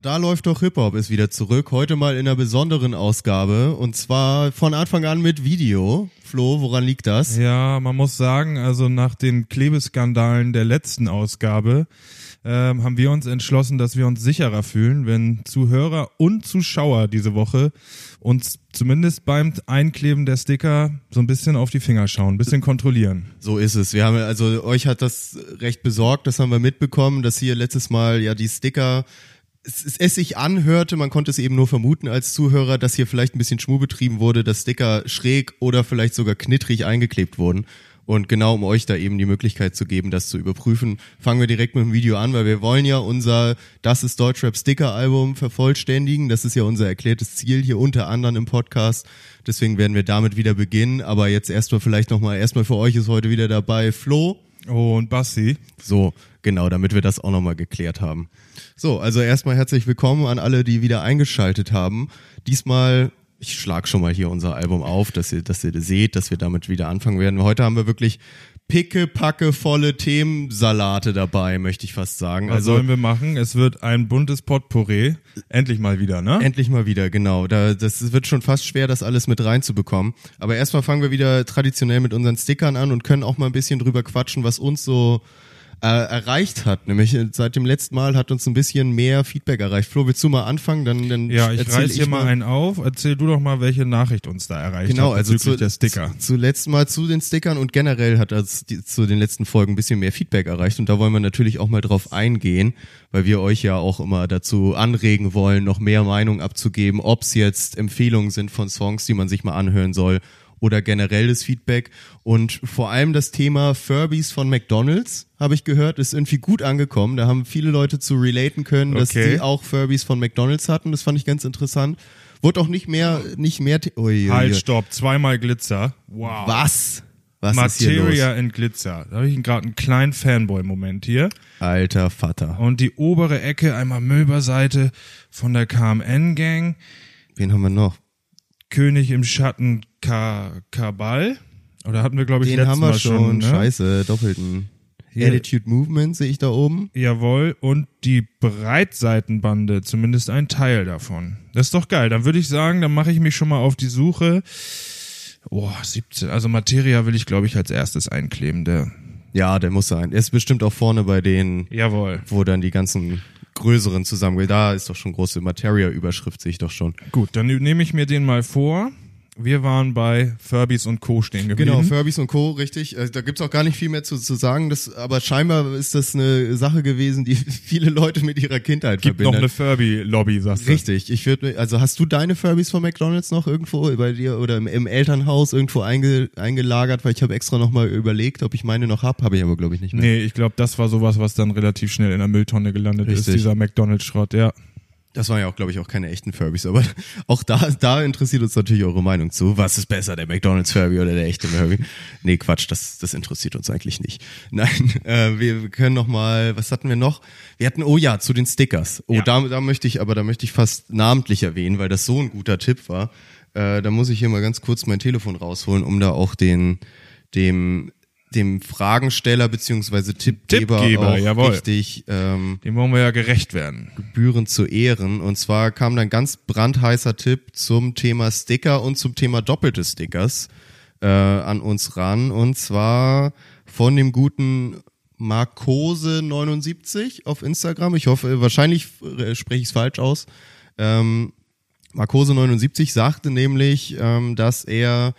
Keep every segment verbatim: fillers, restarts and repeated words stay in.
Da läuft doch Hip-Hop ist wieder zurück, heute mal in einer besonderen Ausgabe und zwar von Anfang an mit Video. Flo, woran liegt das? Ja, man muss sagen, also nach den Klebeskandalen der letzten Ausgabe ähm, haben wir uns entschlossen, dass wir uns sicherer fühlen, wenn Zuhörer und Zuschauer diese Woche uns zumindest beim Einkleben der Sticker so ein bisschen auf die Finger schauen, ein bisschen kontrollieren. So ist es. Wir haben also euch hat das recht besorgt, das haben wir mitbekommen, dass hier letztes Mal ja die Sticker Es, es sich anhörte, man konnte es eben nur vermuten als Zuhörer, dass hier vielleicht ein bisschen Schmuh betrieben wurde, dass Sticker schräg oder vielleicht sogar knittrig eingeklebt wurden. Und genau um euch da eben die Möglichkeit zu geben, das zu überprüfen, fangen wir direkt mit dem Video an, weil wir wollen ja unser Das ist Deutschrap Sticker Album vervollständigen. Das ist ja unser erklärtes Ziel hier unter anderem im Podcast. Deswegen werden wir damit wieder beginnen. Aber jetzt erstmal vielleicht nochmal, erstmal für euch ist heute wieder dabei Flo. Und Basti. So, genau, damit wir das auch nochmal geklärt haben. So, also erstmal herzlich willkommen an alle, die wieder eingeschaltet haben. Diesmal, ich schlag schon mal hier unser Album auf, dass ihr, dass ihr das seht, dass wir damit wieder anfangen werden. Heute haben wir wirklich pickepacke volle Themensalate dabei, möchte ich fast sagen. Was also sollen wir machen? Es wird ein buntes Potpourri. Endlich mal wieder, ne? Endlich mal wieder, genau. Da, das wird schon fast schwer, das alles mit reinzubekommen. Aber erstmal fangen wir wieder traditionell mit unseren Stickern an und können auch mal ein bisschen drüber quatschen, was uns so äh, erreicht hat. Nämlich seit dem letzten Mal hat uns ein bisschen mehr Feedback erreicht. Flo, willst du mal anfangen? Dann, dann ja, ich reiß hier mal mal einen auf. Erzähl du doch mal, welche Nachricht uns da erreicht genau, hat also bezüglich zu, der Sticker. Zu, zuletzt mal zu den Stickern und generell hat das die, zu den letzten Folgen ein bisschen mehr Feedback erreicht und da wollen wir natürlich auch mal drauf eingehen, weil wir euch ja auch immer dazu anregen wollen, noch mehr Meinung abzugeben, ob es jetzt Empfehlungen sind von Songs, die man sich mal anhören soll oder generelles Feedback und vor allem das Thema Furbies von McDonald's, habe ich gehört, ist irgendwie gut angekommen. Da haben viele Leute zu relaten können, dass Okay. die auch Furbies von McDonald's hatten. Das fand ich ganz interessant. Wurde auch nicht mehr, nicht mehr... Ui, ui, Halt, ui. stopp. Zweimal Glitzer. Wow. Was? Was ist hier los? Materia in Glitzer. Da habe ich gerade einen kleinen Fanboy-Moment hier. Alter Vater. Und die obere Ecke, einmal Milberseite von der K M N-Gang. Wen haben wir noch? König im Schatten Ka Kabal. Oder hatten wir, glaube ich, Den letztes haben wir Mal schon. schon. Ne? Scheiße, doppelten. Hier. Attitude Movement sehe ich da oben. Jawohl. Und die Breitseitenbande, zumindest ein Teil davon. Das ist doch geil. Dann würde ich sagen, dann mache ich mich schon mal auf die Suche. Oh, siebzehn. Also Materia will ich, glaube ich, als erstes einkleben. Der. Ja, der muss sein. Er ist bestimmt auch vorne bei denen, Jawohl. wo dann die ganzen größeren zusammengehen. Da ist doch schon große Materia-Überschrift, sehe ich doch schon. Gut, dann nehme ich mir den mal vor. Wir waren bei Furbies und Co. stehen geblieben. Genau, Furbies und Co., richtig. Also, da gibt's auch gar nicht viel mehr zu, zu sagen. Das, aber scheinbar ist das eine Sache gewesen, die viele Leute mit ihrer Kindheit Gibt noch verbinden. eine Furby-Lobby, sagst du. Richtig, ich würde, also hast du deine Furbies von McDonald's noch irgendwo bei dir oder im, im Elternhaus irgendwo einge, eingelagert, weil ich habe extra nochmal überlegt, ob ich meine noch hab, habe ich aber glaube ich nicht mehr. Nee, ich glaube, das war sowas, was dann relativ schnell in der Mülltonne gelandet Richtig. ist, dieser McDonald's-Schrott, ja. Das waren ja auch, glaube ich, auch keine echten Furbies, aber auch da, da interessiert uns natürlich eure Meinung zu. Was ist besser, der McDonald's Furby oder der echte Furby? Nee, Quatsch, das, das interessiert uns eigentlich nicht. Nein, äh, wir können noch mal, was hatten wir noch? Wir hatten, oh ja, zu den Stickers. Oh, Ja. da, da möchte ich, aber da möchte ich fast namentlich erwähnen, weil das so ein guter Tipp war. Äh, da muss ich hier mal ganz kurz mein Telefon rausholen, um da auch den, dem, dem Fragensteller beziehungsweise Tippgeber, Tippgeber, auch jawohl. richtig ähm, Dem wollen wir ja gerecht werden. gebührend zu ehren. Und zwar kam dann ganz brandheißer Tipp zum Thema Sticker und zum Thema doppelte Stickers äh, an uns ran. Und zwar von dem guten Marcose neunundsiebzig auf Instagram. Ich hoffe, wahrscheinlich äh, spreche ich es falsch aus. Ähm, Marcose neunundsiebzig sagte nämlich, ähm, dass er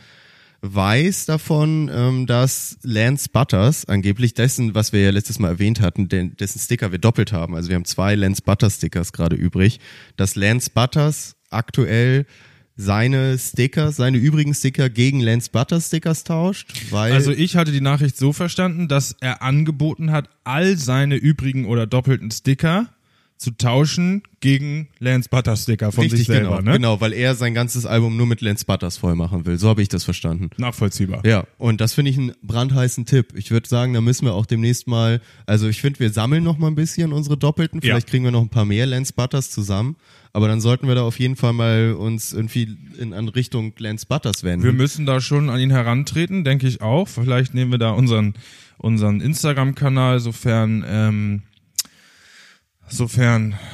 weiß davon, ähm, dass Lance Butters, angeblich dessen, was wir ja letztes Mal erwähnt hatten, den, dessen Sticker wir doppelt haben, also wir haben zwei Lance Butters Stickers gerade übrig, dass Lance Butters aktuell seine Sticker, seine übrigen Sticker gegen Lance Butters Stickers tauscht, weil... Also ich hatte die Nachricht so verstanden, dass er angeboten hat, all seine übrigen oder doppelten Sticker zu tauschen gegen Lance Butters Sticker von richtig, sich selber, genau, ne? genau, weil er sein ganzes Album nur mit Lance Butters voll machen will. So habe ich das verstanden. Nachvollziehbar. Ja, und das finde ich einen brandheißen Tipp. Ich würde sagen, da müssen wir auch demnächst mal, also ich finde, wir sammeln noch mal ein bisschen unsere Doppelten. Vielleicht Ja. kriegen wir noch ein paar mehr Lance Butters zusammen. Aber dann sollten wir da auf jeden Fall mal uns irgendwie in, in Richtung Lance Butters wenden. Wir müssen da schon an ihn herantreten, denke ich auch. Vielleicht nehmen wir da unseren, unseren Instagram-Kanal, sofern, ähm, sofern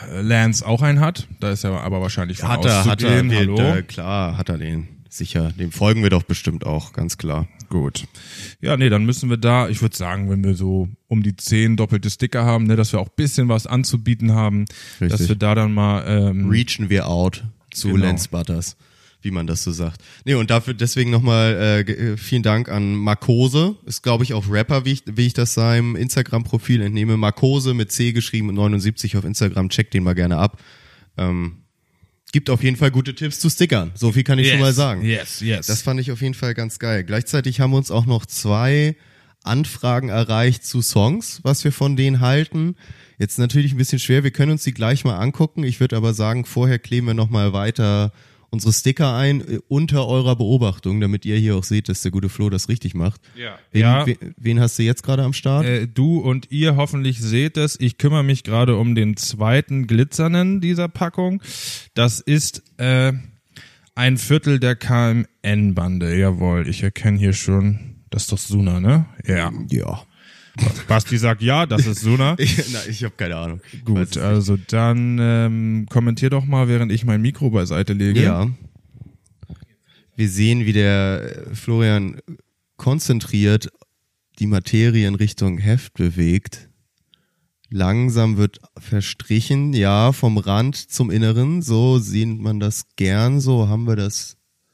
Lance auch einen hat. Da ist er aber wahrscheinlich von Hat er, hat er, auszugehen. wir, Hallo? da, klar, hat er den. Sicher, dem folgen wir doch bestimmt auch, ganz klar. Gut. Ja, nee, dann müssen wir da, ich würde sagen, wenn wir so um die zehn doppelte Sticker haben, ne, dass wir auch bisschen was anzubieten haben, Richtig. dass wir da dann mal ähm, Reachen wir out zu Genau. Lance Butters, wie man das so sagt. Nee, und dafür deswegen nochmal äh, ge- vielen Dank an Marcose, ist glaube ich auch Rapper, wie ich, wie ich das seinem Instagram-Profil entnehme. Marcose mit C geschrieben und neunundsiebzig auf Instagram, checkt den mal gerne ab. Ähm, gibt auf jeden Fall gute Tipps zu Stickern, so viel kann ich yes, schon mal sagen. Yes, yes. Das fand ich auf jeden Fall ganz geil. Gleichzeitig haben uns auch noch zwei Anfragen erreicht zu Songs, was wir von denen halten. Jetzt natürlich ein bisschen schwer, wir können uns die gleich mal angucken. Ich würde aber sagen, vorher kleben wir nochmal weiter unsere Sticker ein, äh, unter eurer Beobachtung, damit ihr hier auch seht, dass der gute Flo das richtig macht. Ja. Wen, Ja. wen, wen hast du jetzt gerade am Start? Äh, du und ihr hoffentlich seht es. Ich kümmere mich gerade um den zweiten glitzernden dieser Packung. Das ist äh, ein Viertel der K M N-Bande. Jawohl, ich erkenne hier schon, das ist doch Suna, ne? Ja. Ja. Basti sagt ja, das ist Suna. Ich, na, ich habe keine Ahnung. Weiß Gut, es also dann ähm, kommentier doch mal, während ich mein Mikro beiseite lege. Ja. Wir sehen, wie der äh, Florian konzentriert die Materie in Richtung Heft bewegt. Langsam wird verstrichen, ja, vom Rand zum Inneren. So sieht man das gern, so haben wir das.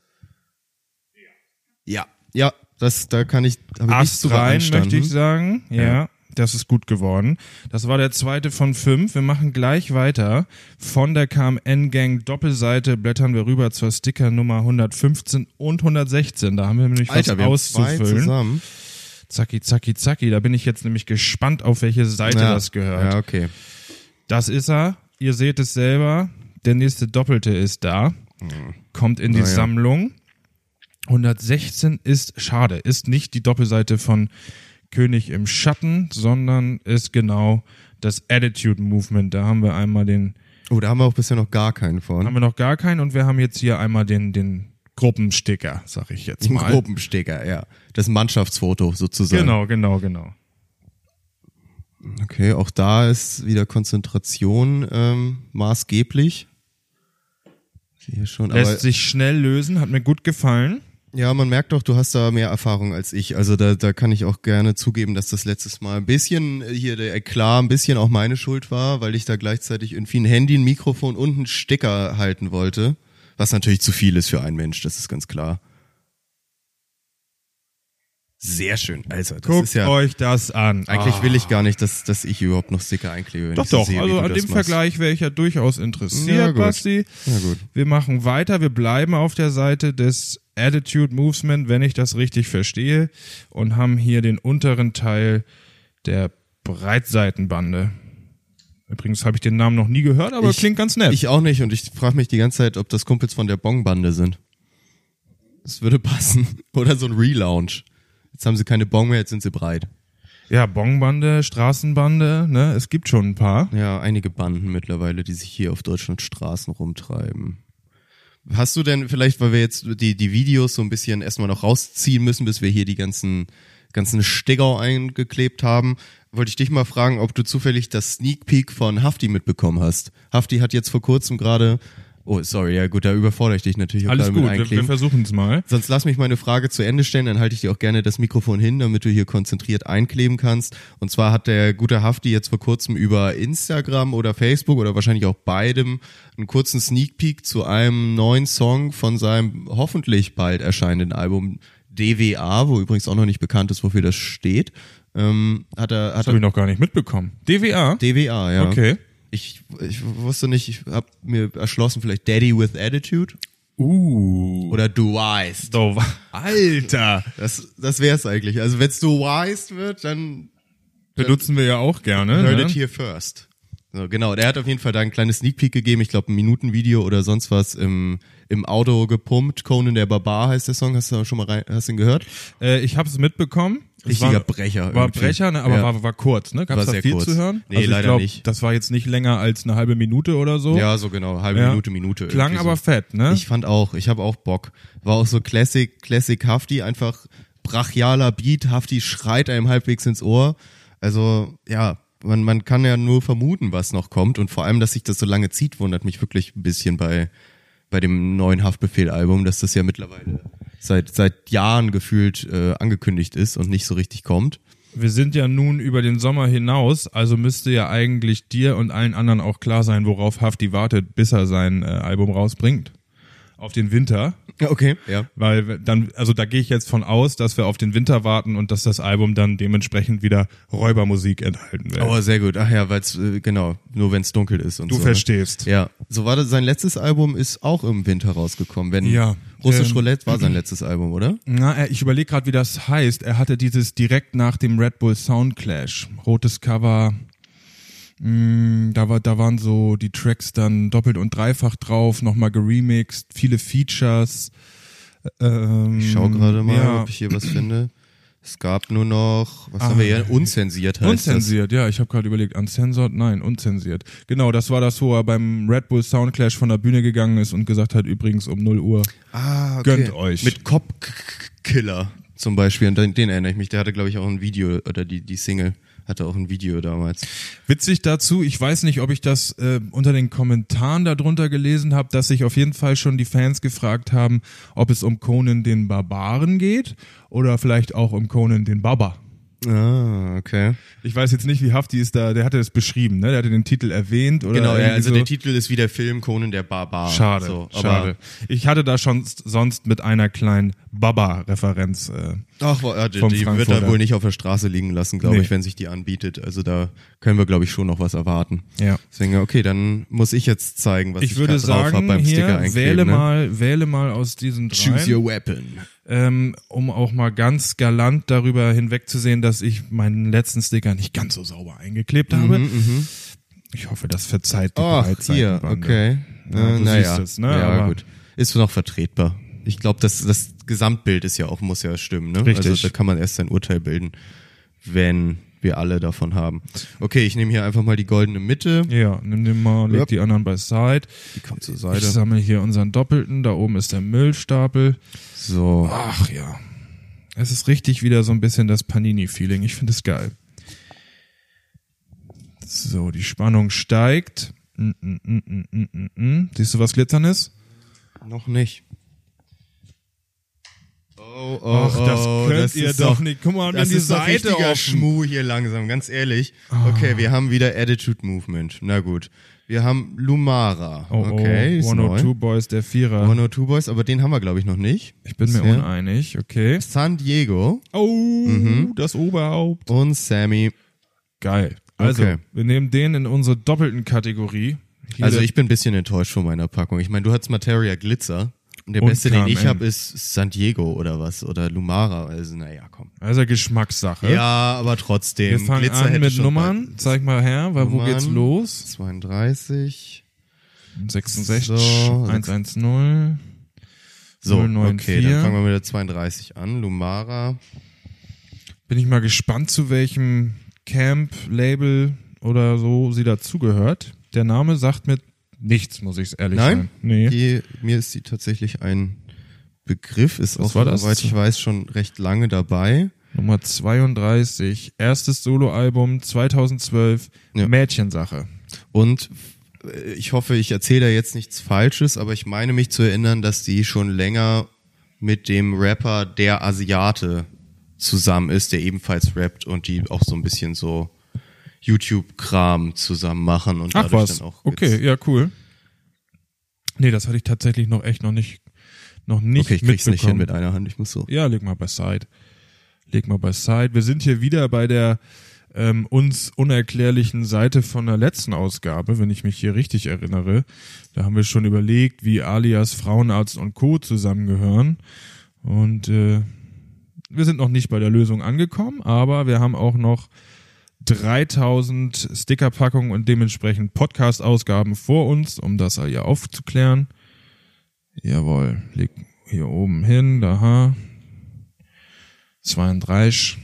Ja, ja, das, da kann ich, habe ich nichts Ast zu rein, beanstanden. möchte ich sagen. Ja, Ja. das ist gut geworden. Das war der zweite von fünf. Wir machen gleich weiter. Von der K M N-Gang Doppelseite blättern wir rüber zur Sticker Nummer hundertfünfzehn und hundertsechzehn. Da haben wir nämlich Alter, was wir haben zwei auszufüllen. zusammen. Zacki, zacki, zacki. Da bin ich jetzt nämlich gespannt, auf welche Seite Ja, das gehört. Ja, okay. Das ist er. Ihr seht es selber. Der nächste Doppelte ist da. Kommt in die Naja. Sammlung. hundertsechzehn ist, schade, ist nicht die Doppelseite von König im Schatten, sondern ist genau das Attitude Movement. Da haben wir einmal den, Oh, da haben wir auch bisher noch gar keinen von. haben wir noch gar keinen und wir haben jetzt hier einmal den, den Gruppensticker, sag ich jetzt Den mal. Gruppensticker, ja. Das Mannschaftsfoto sozusagen. Genau, genau, genau. Okay, auch da ist wieder Konzentration ähm, maßgeblich. Hier schon, Lässt aber sich schnell lösen, hat mir gut gefallen. ja, man merkt doch, du hast da mehr Erfahrung als ich. Also da, da kann ich auch gerne zugeben, dass das letztes Mal ein bisschen äh, hier der Eklat, ein bisschen auch meine Schuld war, weil ich da gleichzeitig irgendwie ein Handy, ein Mikrofon und einen Sticker halten wollte. Was natürlich zu viel ist für einen Mensch, das ist ganz klar. Sehr schön. Also, das Guckt ist ja. euch das an. Eigentlich Ah. will ich gar nicht, dass, dass ich überhaupt noch Sticker einklebe. Wenn Doch, ich so doch, sehe, wie also du an das dem machst. Vergleich wäre ich ja durchaus interessiert, Ja, gut. Basti. Ja, gut. Wir machen weiter, wir bleiben auf der Seite des Attitude Movement, wenn ich das richtig verstehe, und haben hier den unteren Teil der Breitseitenbande. Übrigens habe ich den Namen noch nie gehört, aber Ich- klingt ganz nett. Ich auch nicht und ich frage mich die ganze Zeit, ob das Kumpels von der Bongbande sind. Das würde passen. Oder so ein Relaunch. Jetzt haben sie keine Bong mehr, jetzt sind sie breit. ja, Bongbande, Straßenbande, ne, es gibt schon ein paar. Ja, einige Banden mittlerweile, die sich hier auf Deutschland Straßen rumtreiben. Hast du denn vielleicht, weil wir jetzt die, die Videos so ein bisschen erstmal noch rausziehen müssen, bis wir hier die ganzen, ganzen Sticker eingeklebt haben, wollte ich dich mal fragen, ob du zufällig das Sneak Peek von Hafti mitbekommen hast. Hafti hat jetzt vor kurzem gerade, oh sorry, ja gut, da überfordere ich dich natürlich auch Alles gerade gut, mit wir, wir Einkleben. versuchen es mal. Sonst lass mich meine Frage zu Ende stellen, dann halte ich dir auch gerne das Mikrofon hin, damit du hier konzentriert einkleben kannst. Und zwar hat der gute Hafti jetzt vor kurzem über Instagram oder Facebook oder wahrscheinlich auch beidem einen kurzen Sneak Peek zu einem neuen Song von seinem hoffentlich bald erscheinenden Album D W A, wo übrigens auch noch nicht bekannt ist, wofür das steht. Ähm, hat er, Das hat habe er ich noch gar nicht mitbekommen. D W A? D W A, ja. Okay. Ich, ich wusste nicht, ich habe mir erschlossen, vielleicht Daddy with Attitude Uh. oder Do Wise. So, Alter. Das, das wär's eigentlich. Also wenn's Do Wise wird, dann Benutzen wir ja auch gerne. heard ne? it here first. So, genau, der hat auf jeden Fall da ein kleines Sneak Peek gegeben, ich glaube ein Minutenvideo oder sonst was im, im Auto gepumpt. Conan der Barbar heißt der Song, hast du schon mal rein, hast du ihn gehört? Äh, ich habe es mitbekommen. Es Richtiger war, Brecher. War irgendwie. Brecher, ne, aber ja. war, war kurz, ne? Gab War es da sehr viel kurz. zu hören? Nee, also ich leider glaub, nicht. Das war jetzt nicht länger als eine halbe Minute oder so. Ja, so genau, halbe Ja. Minute, Minute. Klang irgendwie aber so. fett, ne? Ich fand auch, ich habe auch Bock. War auch so Classic, Classic Hafti, einfach brachialer Beat, Hafti schreit einem halbwegs ins Ohr. Also, ja, man, man kann ja nur vermuten, was noch kommt und vor allem, dass sich das so lange zieht, wundert mich wirklich ein bisschen bei, bei dem neuen Haftbefehl-Album, dass das ja mittlerweile seit, seit Jahren gefühlt äh, angekündigt ist und nicht so richtig kommt. Wir sind ja nun über den Sommer hinaus, also müsste ja eigentlich dir und allen anderen auch klar sein, worauf Hafti wartet, bis er sein äh, Album rausbringt. Auf den Winter. Okay, ja. Weil dann, also da gehe ich jetzt von aus, dass wir auf den Winter warten und dass das Album dann dementsprechend wieder Räubermusik enthalten wird. Oh, sehr gut. Ach ja, weil es, äh, genau, nur wenn es dunkel ist und du so. Du verstehst. Ne? Ja, so war das, sein letztes Album ist auch im Winter rausgekommen. Wenn ja. Russisch ähm, Roulette war sein letztes Album, oder? Na, ich überlege gerade, wie das heißt. Er hatte dieses direkt nach dem Red Bull Soundclash. Rotes Cover. Mm, da war, da waren so die Tracks dann doppelt und dreifach drauf, nochmal geremixed, viele Features. Ähm, ich schau gerade mal, ja. ob ich hier was finde. Es gab nur noch, was ah, haben wir hier? Unzensiert heißt Unzensiert, das. ja, ich habe gerade überlegt, uncensored? Nein, unzensiert. Genau, das war das, wo er beim Red Bull Soundclash von der Bühne gegangen ist und gesagt hat, übrigens um null Uhr, ah, okay. Gönnt euch. Mit Cop Killer zum Beispiel, und den, den erinnere ich mich, der hatte glaube ich auch ein Video, oder die, die Single hatte auch ein Video damals. Witzig dazu, ich weiß nicht, ob ich das äh, unter den Kommentaren darunter gelesen habe, dass sich auf jeden Fall schon die Fans gefragt haben, ob es um Conan den Barbaren geht oder vielleicht auch um Conan den Baba. Ah, okay. Ich weiß jetzt nicht, wie Hafti ist da, der hatte das beschrieben, ne? Der hatte den Titel erwähnt oder genau, ja, also so. der Titel ist wie der Film Conan der Barbar. Schade, so, schade. Ich hatte da schon sonst mit einer kleinen Baba-Referenz äh, Ach, ja, die, vom die wird Frankfurter. er wohl nicht auf der Straße liegen lassen, glaube Nee. ich, wenn sich die anbietet. Also da können wir, glaube ich, schon noch was erwarten. Ja. Deswegen, okay, dann muss ich jetzt zeigen, was ich, Ich würde grad drauf hab sagen, beim Sticker hier einkleben. wähle ne? mal, wähle mal aus diesen dreien. Choose your weapon. Ähm, um auch mal ganz galant darüber hinwegzusehen, dass ich meinen letzten Sticker nicht ganz so sauber eingeklebt habe. Mhm, mhm. Ich hoffe, das verzeiht die Ach, hier, Breitseitenbande. okay. Ja, äh, du naja. siehst es, ne? Ja, Aber gut. Ist noch vertretbar. Ich glaube, das, das Gesamtbild ist ja auch, muss ja stimmen, ne? Richtig. Also da kann man erst sein Urteil bilden, wenn wir alle davon haben. Okay, ich nehme hier einfach mal die goldene Mitte. Ja, nimm den mal, leg Ja. die anderen beiseite. Die kommt zur Ich Seite. sammle hier unseren Doppelten, da oben ist der Müllstapel. So. Ach ja. Es ist richtig wieder so ein bisschen das Panini-Feeling. Ich finde es geil. So, die Spannung steigt. Mm, mm, mm, mm, mm, mm, mm. Siehst du, was Glitzernes? Noch nicht. Oh, oh, Ach, das oh, könnt das ihr ist doch nicht. Guck mal, wir Das haben die ist doch Seite richtiger offen. Schmuh hier langsam, ganz ehrlich. Okay, wir haben wieder Attitude Movement. Na gut. Wir haben Lumara. Oh, Okay, oh, ist neu. hundertzwei Boys, der Vierer. hundertzwei Boys, aber den haben wir, glaube ich, noch nicht. Ich bin mir Bisher. uneinig, okay. San Diego Oh, Mhm. das Oberhaupt. und Sammy. Geil. Also, Okay. wir nehmen den in unsere doppelten Kategorie. Hier Also der- ich bin ein bisschen enttäuscht von meiner Packung. Ich meine, du hattest Materia Glitzer und der Und beste, den ich K M N. habe, ist San Diego oder was oder Lumara. Also naja, komm. Also Geschmackssache. Ja, aber trotzdem. Wir fangen Glitzer an hätte mit schon Nummern. Zeig mal her, weil wo Nummern. geht's los? zweiunddreißig. sechsundsechzig, So, hundertzehn. So, null neun okay, vier. dann fangen wir mit der zweiunddreißig an. Lumara. Bin ich mal gespannt, zu welchem Camp, Label oder so sie dazugehört. Der Name sagt mir nichts, muss ich ehrlich Nein? sagen. Nee. Die, mir ist sie tatsächlich ein Begriff, ist Was auch, war das? soweit ich weiß, schon recht lange dabei. Nummer zweiunddreißig, erstes Soloalbum zweitausendzwölf, Ja. Mädchensache. Und äh, ich hoffe, ich erzähle da jetzt nichts Falsches, aber ich meine mich zu erinnern, dass die schon länger mit dem Rapper Der Asiate zusammen ist, der ebenfalls rappt und die auch so ein bisschen so YouTube-Kram zusammen machen und Ach dadurch was, dann auch okay, jetzt- ja, cool. Nee, das hatte ich tatsächlich noch echt noch nicht, noch nicht Okay, ich krieg's nicht hin mitbekommen. mit einer Hand, ich muss so. Ja, leg mal beiseite. Leg mal beiseite. Wir sind hier wieder bei der ähm, uns unerklärlichen Seite von der letzten Ausgabe, wenn ich mich hier richtig erinnere. Da haben wir schon überlegt, wie Alias, Frauenarzt und Co. zusammengehören. Und äh, wir sind noch nicht bei der Lösung angekommen, aber wir haben auch noch dreitausend Stickerpackungen und dementsprechend Podcast-Ausgaben vor uns, um das hier aufzuklären. Jawohl, leg hier oben hin, da. zweiunddreißig.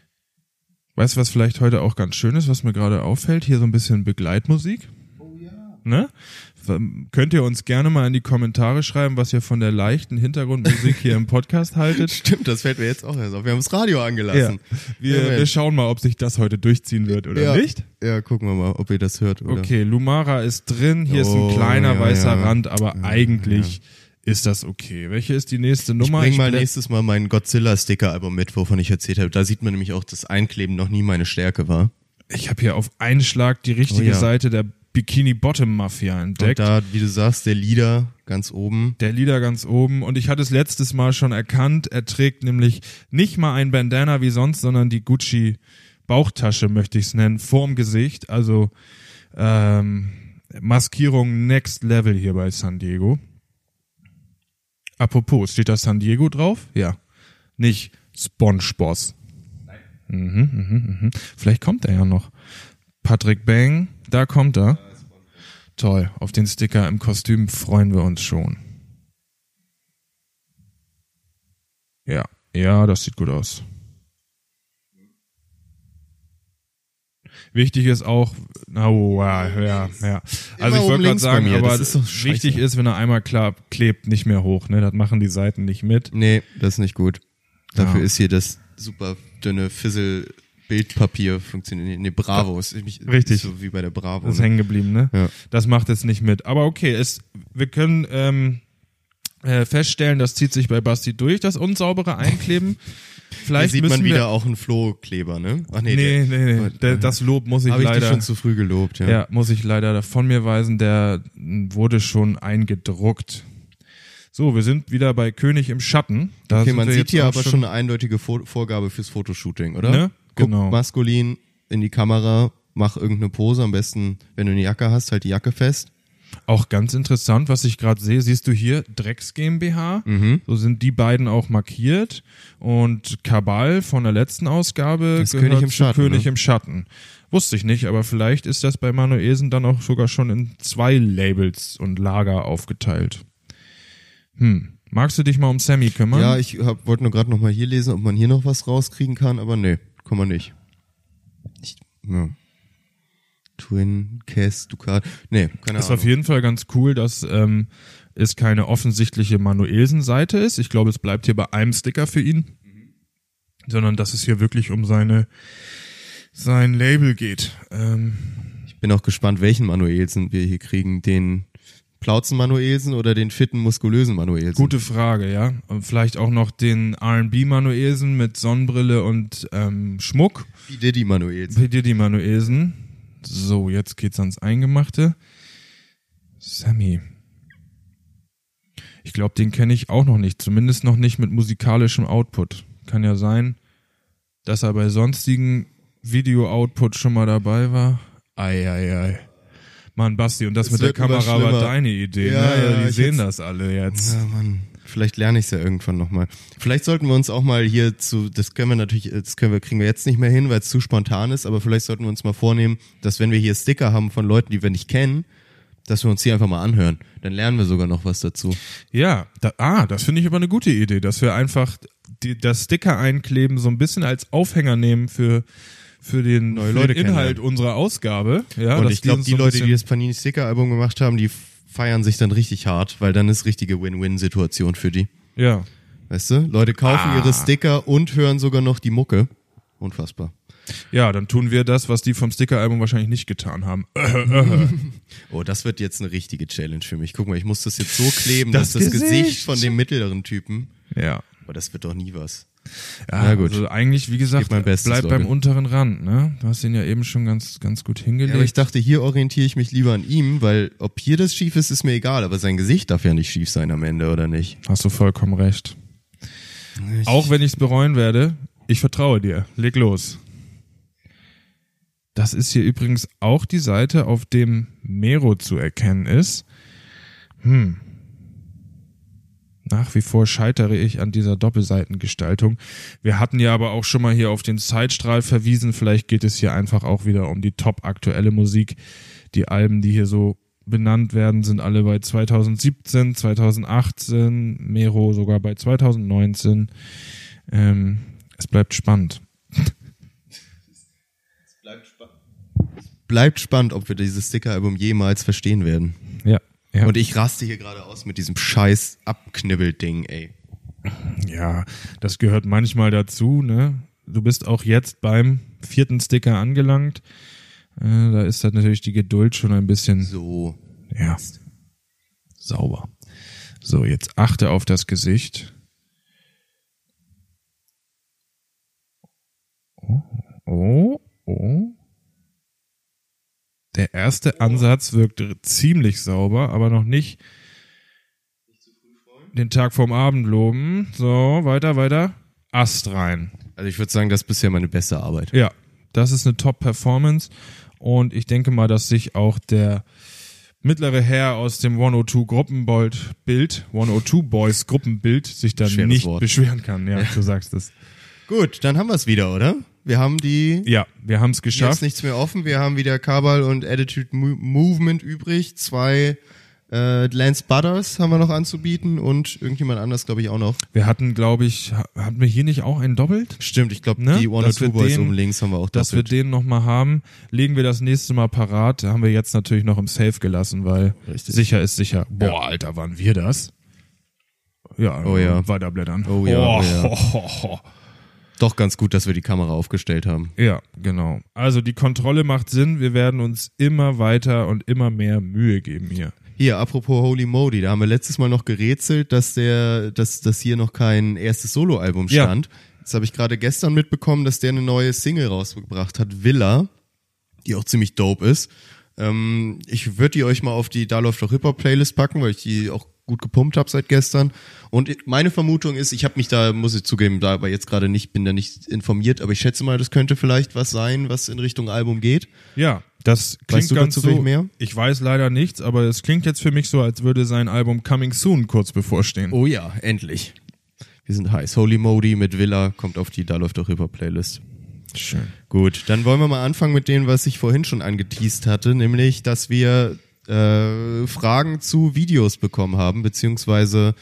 Weißt du, was vielleicht heute auch ganz schön ist, was mir gerade auffällt? Hier so ein bisschen Begleitmusik. Oh ja. Ne? Könnt ihr uns gerne mal in die Kommentare schreiben, was ihr von der leichten Hintergrundmusik hier im Podcast haltet. Stimmt, das fällt mir jetzt auch erst auf. Wir haben das Radio angelassen. Ja. Wir, ja, wir schauen mal, ob sich das heute durchziehen wird oder ja. nicht. Ja, gucken wir mal, ob ihr das hört. Oder? Okay, Lumara ist drin. Hier oh, ist ein kleiner ja, weißer ja. Rand, aber ja, eigentlich ja. ist das okay. Welche ist die nächste Nummer? Ich bring mal ich nächstes Mal meinen Godzilla-Sticker-Album mit, wovon ich erzählt habe. Da sieht man nämlich auch, dass Einkleben noch nie meine Stärke war. Ich habe hier auf einen Schlag die richtige oh, ja. Seite der Bikini Bottom Mafia entdeckt. Und da, wie du sagst, der Leader ganz oben. Der Leader ganz oben. Und ich hatte es letztes Mal schon erkannt. Er trägt nämlich nicht mal ein Bandana wie sonst, sondern die Gucci Bauchtasche, möchte ich es nennen, vorm Gesicht. Also ähm, Maskierung Next Level hier bei San Diego. Apropos, steht da San Diego drauf? Ja. Nicht SpongeBoss. Nein. Mhm, mhm, mhm. Vielleicht kommt er ja noch. Patrick Bang, da kommt er. Toll, auf den Sticker im Kostüm freuen wir uns schon. Ja, ja, das sieht gut aus. Wichtig ist auch, oh, ja, ja, ja. Also ich wollte gerade sagen, aber ist so wichtig ist, wenn er einmal klar klebt, nicht mehr hoch, ne? Das machen die Seiten nicht mit. Nee, das ist nicht gut. Dafür Ja. ist hier das super dünne Fizzle Bildpapier funktioniert. Nee, Bravo ist nämlich Richtig. so wie bei der Bravo. Das ist Ne? hängen geblieben, ne? Ja. Das macht es nicht mit. Aber okay, es, wir können ähm, äh, feststellen, das zieht sich bei Basti durch, das unsaubere Einkleben. Hier Vielleicht sieht müssen man wieder wir, auch einen Flohkleber, ne? Ach Nee, der- nee, nee. Der, das Lob muss ich Habe ich dich leider. schon zu früh gelobt, ja. Ja, muss ich leider von mir weisen, der wurde schon eingedruckt. So, wir sind wieder bei König im Schatten. Da Okay, sind man wir sieht jetzt hier auch aber schon eine eindeutige Fo- Vorgabe fürs Fotoshooting, oder? Ne? Guck Genau. maskulin in die Kamera, mach irgendeine Pose, am besten, wenn du eine Jacke hast, halt die Jacke fest. Auch ganz interessant, was ich gerade sehe, siehst du hier Drecks GmbH, Mhm. so sind die beiden auch markiert und Kabal von der letzten Ausgabe Das ist gehört König im zu Schatten, König ne? im Schatten. Wusste ich nicht, aber vielleicht ist das bei Manuelsen dann auch sogar schon in zwei Labels und Lager aufgeteilt. Hm. Magst du dich mal um Sammy kümmern? Ja, ich hab, wollte nur gerade noch mal hier lesen, ob man hier noch was rauskriegen kann, aber nee, kann man nicht. Ich, ja. Twin, Cass, Ducat, nee, keine ist Ahnung. auf jeden Fall ganz cool, dass ähm, es keine offensichtliche Manuelsen-Seite ist. Ich glaube, es bleibt hier bei einem Sticker für ihn, sondern dass es hier wirklich um seine sein Label geht. Ähm, Ich bin auch gespannt, welchen Manuelsen wir hier kriegen, den Plauzen Manuelsen oder den fitten, muskulösen Manuelsen. gute Frage, ja. Und vielleicht auch noch den R and B Manuelsen mit Sonnenbrille und ähm, Schmuck. Wie Diddy Manuelsen. Wie dir die Manuelsen. So, jetzt geht's ans Eingemachte. Sammy. Ich glaube, den kenne ich auch noch nicht. Zumindest noch nicht mit musikalischem Output. Kann ja sein, dass er bei sonstigen Video-Output schon mal dabei war. Ei, ei, ei. Mann, Basti, und das Es mit der wird immer Kamera war schlimmer. deine Idee, Ja, ne? ja, Die ich sehen hätt's- das alle jetzt. Ja, Mann. Vielleicht lerne ich es ja irgendwann nochmal. Vielleicht sollten wir uns auch mal hier zu, das können wir natürlich, das können wir, kriegen wir jetzt nicht mehr hin, weil es zu spontan ist, aber vielleicht sollten wir uns mal vornehmen, dass wenn wir hier Sticker haben von Leuten, die wir nicht kennen, dass wir uns die einfach mal anhören. Dann lernen wir sogar noch was dazu. Ja, da, ah, das finde ich aber eine gute Idee, dass wir einfach die, das Sticker einkleben so ein bisschen als Aufhänger nehmen für für den, Neue für Leute den Inhalt kennenlernen. unserer Ausgabe. Ja, Und dass ich glaube, uns die so ein Leute, die bisschen- das Panini Sticker Album gemacht haben, die feiern sich dann richtig hart, weil dann ist richtige Win-Win-Situation für die. ja, Weißt du? Leute kaufen Ah. ihre Sticker und hören sogar noch die Mucke. Unfassbar. ja, dann tun wir das, was die vom Sticker-Album wahrscheinlich nicht getan haben. Oh, das wird jetzt eine richtige Challenge für mich. Guck mal, ich muss das jetzt so kleben, Das dass das Gesicht, Gesicht. von dem mittleren Typen, Ja. aber das wird doch nie was. Ja, Na gut. Also eigentlich, wie gesagt, Gib mein Bestes, bleib beim Leute. unteren Rand, ne? Du hast ihn ja eben schon ganz, ganz gut Ja, hingelegt. aber ich dachte, hier orientiere ich mich lieber an ihm, weil ob hier das schief ist, ist mir egal, aber sein Gesicht darf ja nicht schief sein am Ende, oder nicht? Hast du vollkommen recht. Ich- Auch wenn ich es bereuen werde, ich vertraue dir. Leg los. Das ist hier übrigens auch die Seite, auf dem Mero zu erkennen ist. Hm. Nach wie vor scheitere ich an dieser Doppelseitengestaltung. Wir hatten ja aber auch schon mal hier auf den Zeitstrahl verwiesen. Vielleicht geht es hier einfach auch wieder um die top aktuelle Musik. Die Alben, die hier so benannt werden, sind alle bei zweitausendsiebzehn, zweitausendachtzehn, Mero sogar bei zweitausendneunzehn. Ähm, es bleibt spannend. bleibt spannend, ob wir dieses Sticker-Album jemals verstehen werden. Ja. ja. Und ich raste hier gerade aus mit diesem scheiß Abknibbelding, ey. Ja, das gehört manchmal dazu, ne? Du bist auch jetzt beim vierten Sticker angelangt. Äh, da ist dann natürlich die Geduld schon ein bisschen So. ja, sauber. So, jetzt achte auf das Gesicht. Oh, oh, oh. Der erste Ansatz wirkt ziemlich sauber, aber noch nicht den Tag vorm Abend loben. So, weiter, weiter. Ast rein. Also ich würde sagen, das ist bisher meine beste Arbeit. Ja, das ist eine Top-Performance und ich denke mal, dass sich auch der mittlere Herr aus dem hundertzwei Gruppenbild, hundertzwei Boys Gruppenbild sich dann Schweres nicht Wort. beschweren kann. Ja, du sagst es. Gut, dann haben wir es wieder, oder? Wir haben die... Ja, wir haben es Jetzt geschafft. nichts mehr offen. Wir haben wieder Kabal und Attitude Mo- Movement übrig. Zwei äh, Lance Butters haben wir noch anzubieten und irgendjemand anders, glaube ich, auch noch. Wir hatten, glaube ich, hatten wir hier nicht auch einen doppelt? Stimmt, ich glaube, Ne? die Dass hundertzwei wir Boys den- um links haben wir auch Dass wir doppelt. den nochmal haben, legen wir das nächste Mal parat. Haben wir jetzt natürlich noch im Safe gelassen, weil Richtig. sicher ist sicher. Boah, Ja. Alter, waren wir das? Ja, Oh ja. weiterblättern. Oh ja, oh ja. Oh, Doch ganz gut, dass wir die Kamera aufgestellt haben. Ja, genau. Also die Kontrolle macht Sinn. Wir werden uns immer weiter und immer mehr Mühe geben hier. Hier, apropos Holy Modi, da haben wir letztes Mal noch gerätselt, dass der, dass, dass hier noch kein erstes Soloalbum Ja. stand. Jetzt habe ich gerade gestern mitbekommen, dass der eine neue Single rausgebracht hat, Villa, die auch ziemlich dope ist. Ähm, ich würde die euch mal auf die Da läuft doch Hip-Hop Playlist packen, weil ich die auch gut gepumpt habe seit gestern. Und meine Vermutung ist, ich habe mich da, muss ich zugeben, da aber jetzt gerade nicht, bin da nicht informiert, aber ich schätze mal, das könnte vielleicht was sein, was in Richtung Album geht. Ja, das klingt Weißt du ganz dazu so. vielleicht mehr? Ich weiß leider nichts, aber es klingt jetzt für mich so, als würde sein Album Coming Soon kurz bevorstehen. Oh ja, endlich. Wir sind heiß. Holy Modi mit Villa kommt auf die Da läuft doch Hip-Hop Playlist. Schön. Gut, dann wollen wir mal anfangen mit dem, was ich vorhin schon angeteast hatte, nämlich, dass wir äh, Fragen zu Videos bekommen haben, beziehungsweise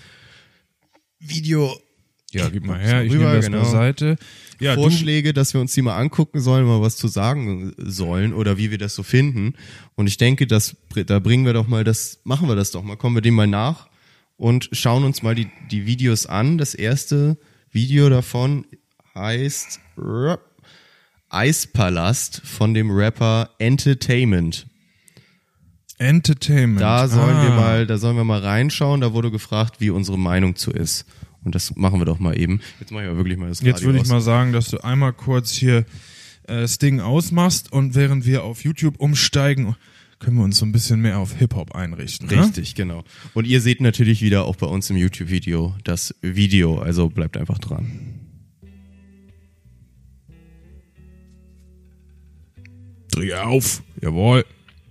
Video Ja, gib mal her, ich rüber, nehme das genau. beiseite. Ja, du, Vorschläge, dass wir uns die mal angucken sollen, mal was zu sagen sollen oder wie wir das so finden. Und ich denke, das, da bringen wir doch mal das, machen wir das doch mal, kommen wir dem mal nach und schauen uns mal die, die Videos an. Das erste Video davon heißt Rap, Eispalast von dem Rapper Entertainment. Entertainment. Da sollen ah. wir mal, da sollen wir mal reinschauen. Da wurde gefragt, wie unsere Meinung zu ist. Und das machen wir doch mal eben. Jetzt mache ich aber wirklich mal das Radio Jetzt würde ich aus. mal sagen, dass du einmal kurz hier äh, das Ding ausmachst und während wir auf YouTube umsteigen, können wir uns so ein bisschen mehr auf Hip-Hop einrichten. Ne? Richtig, genau. Und ihr seht natürlich wieder auch bei uns im YouTube-Video das Video, also bleibt einfach dran. Dreh auf. Jawohl.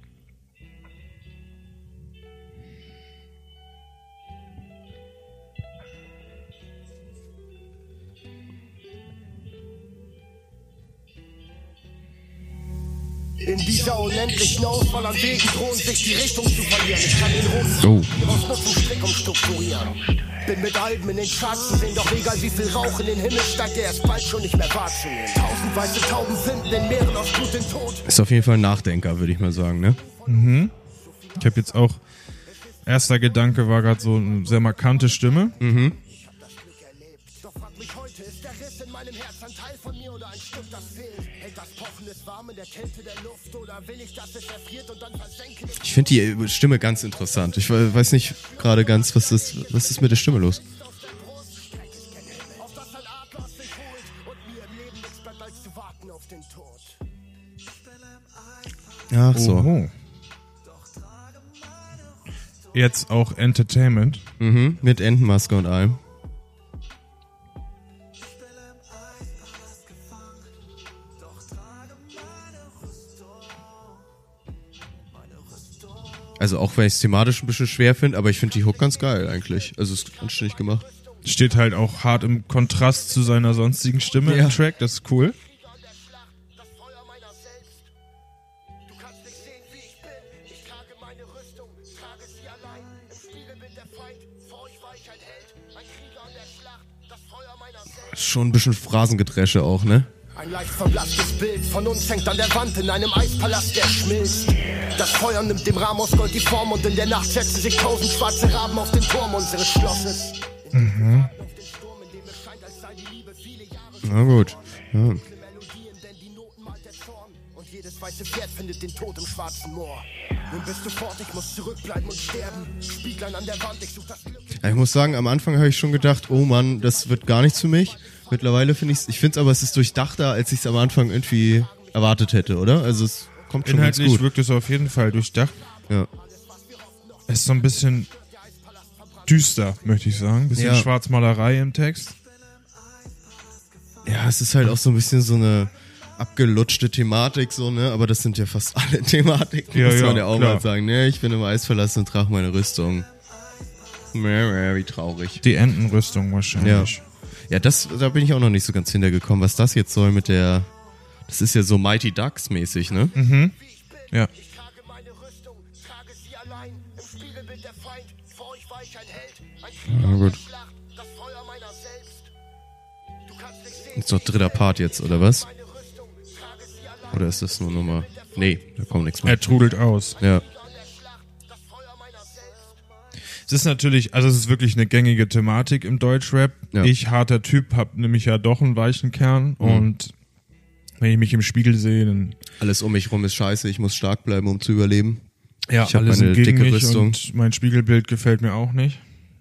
In dieser unendlichen Auswahl an Wegen drohen sich die Richtung zu verlieren. Ich kann den roten Oh. aus Nutzen Strick umstrukturieren. Bin mit Alben in den Charts zu sehen, doch egal wie viel Rauch in den Himmel steigt, der ist bald schon nicht mehr wahrzunehmen. Tausend weiße Tauben finden in Meeren aus Blut den Tod. Ist auf jeden Fall ein Nachdenker, würde ich mal sagen, ne? Ich habe jetzt auch, erster Gedanke war gerade so eine sehr markante Stimme. Mhm. Das Glück erlebt. Doch frag mich heute, ist der Riss in meinem Herz ein Teil von mir oder ein Stück, das fehlt? Hält das Pochen es warm in der Kälte der Luft oder will ich, dass es erfriert und dann versenke ich? Ich finde die Stimme ganz interessant. Ich we- weiß nicht gerade ganz, was ist, was ist mit der Stimme los? Aus der Brust streck ich gen Himmel, auf das ein Adler aus sich holt und mir im Leben nichts bleibt als zu warten auf den Tod. Ach so. Oho. Jetzt auch Entertainment. Mhm. Mit Entenmaske und allem. Also auch wenn ich es thematisch ein bisschen schwer finde, aber ich finde die Hook ganz geil eigentlich. Also es ist anständig gemacht. Steht halt auch hart im Kontrast zu seiner sonstigen Stimme Ja. im Track. Das ist cool. Krieger an der Schlacht, das Feuer meiner selbst. Du kannst nicht sehen, wie ich bin. Ich trage meine Rüstung, trage sie allein. Im Spiegelbild der Feind, vor euch war ich ein Held. Ein Krieger an der Schlacht, das Feuer meiner selbst. Schon ein bisschen Phrasengedresche auch, ne? Ein leicht verblasstes Bild von uns hängt an der Wand in einem Eispalast, der schmilzt. Das Feuer nimmt dem Rahmen aus Gold die Form und in der Nacht setzen sich tausend schwarze Raben auf den Turm unseres Schlosses. Mhm. Na gut. Ja. Und jedes weiße Pferd findet den Tod im schwarzen Moor. Nun bist du fort, ich muss zurückbleiben und sterben. Spieglein an der Wand, ich such das Glück. Ja, ich muss sagen, am Anfang habe ich schon gedacht, oh Mann, das wird gar nichts für mich. Mittlerweile finde ich es, ich finde es aber, es ist durchdachter, als ich es am Anfang irgendwie erwartet hätte, oder? Also es kommt schon ganz Inhaltlich gut. wirkt es auf jeden Fall durchdacht. Ja. Es ist so ein bisschen düster, möchte ich sagen. Ein bisschen Ja. Schwarzmalerei im Text. Ja, es ist halt auch so ein bisschen so eine abgelutschte Thematik, so, ne? Aber das sind ja fast alle Thematiken, Ja, muss ja, man ja auch klar. mal sagen. Ne, ich bin im Eis verlassen und trage meine Rüstung. Mäh, mäh, wie traurig. Die Entenrüstung wahrscheinlich. Ja, das, da bin ich auch noch nicht so ganz hintergekommen, was das jetzt soll mit der, das ist ja so Mighty Ducks mäßig, ne? Mhm. Ja. Ich trage meine Rüstung, trage sie allein. Im Spiegelbild der Feind, vor euch war ich ein Held. Ein Krieger Ja, auf gut. der Schlacht, das Feuer meiner selbst. Du kannst nicht sehen, Ist doch dritter Part jetzt, oder was? meine Rüstung, trage sie allein. Oder ist das nur Nummer? Nee, da kommt nichts mehr. Er trudelt aus. Ja. An der Schlacht, das Feuer meiner selbst. Es ist natürlich, also es ist wirklich eine gängige Thematik im Deutschrap. Ja. Ich, harter Typ, hab nämlich ja doch einen weichen Kern und wenn ich mich im Spiegel sehe, dann Alles um mich rum ist scheiße, ich muss stark bleiben, um zu überleben. ja, Ich hab alle meine sind gegen dicke mich Rüstung. und mein Spiegelbild gefällt mir auch nicht.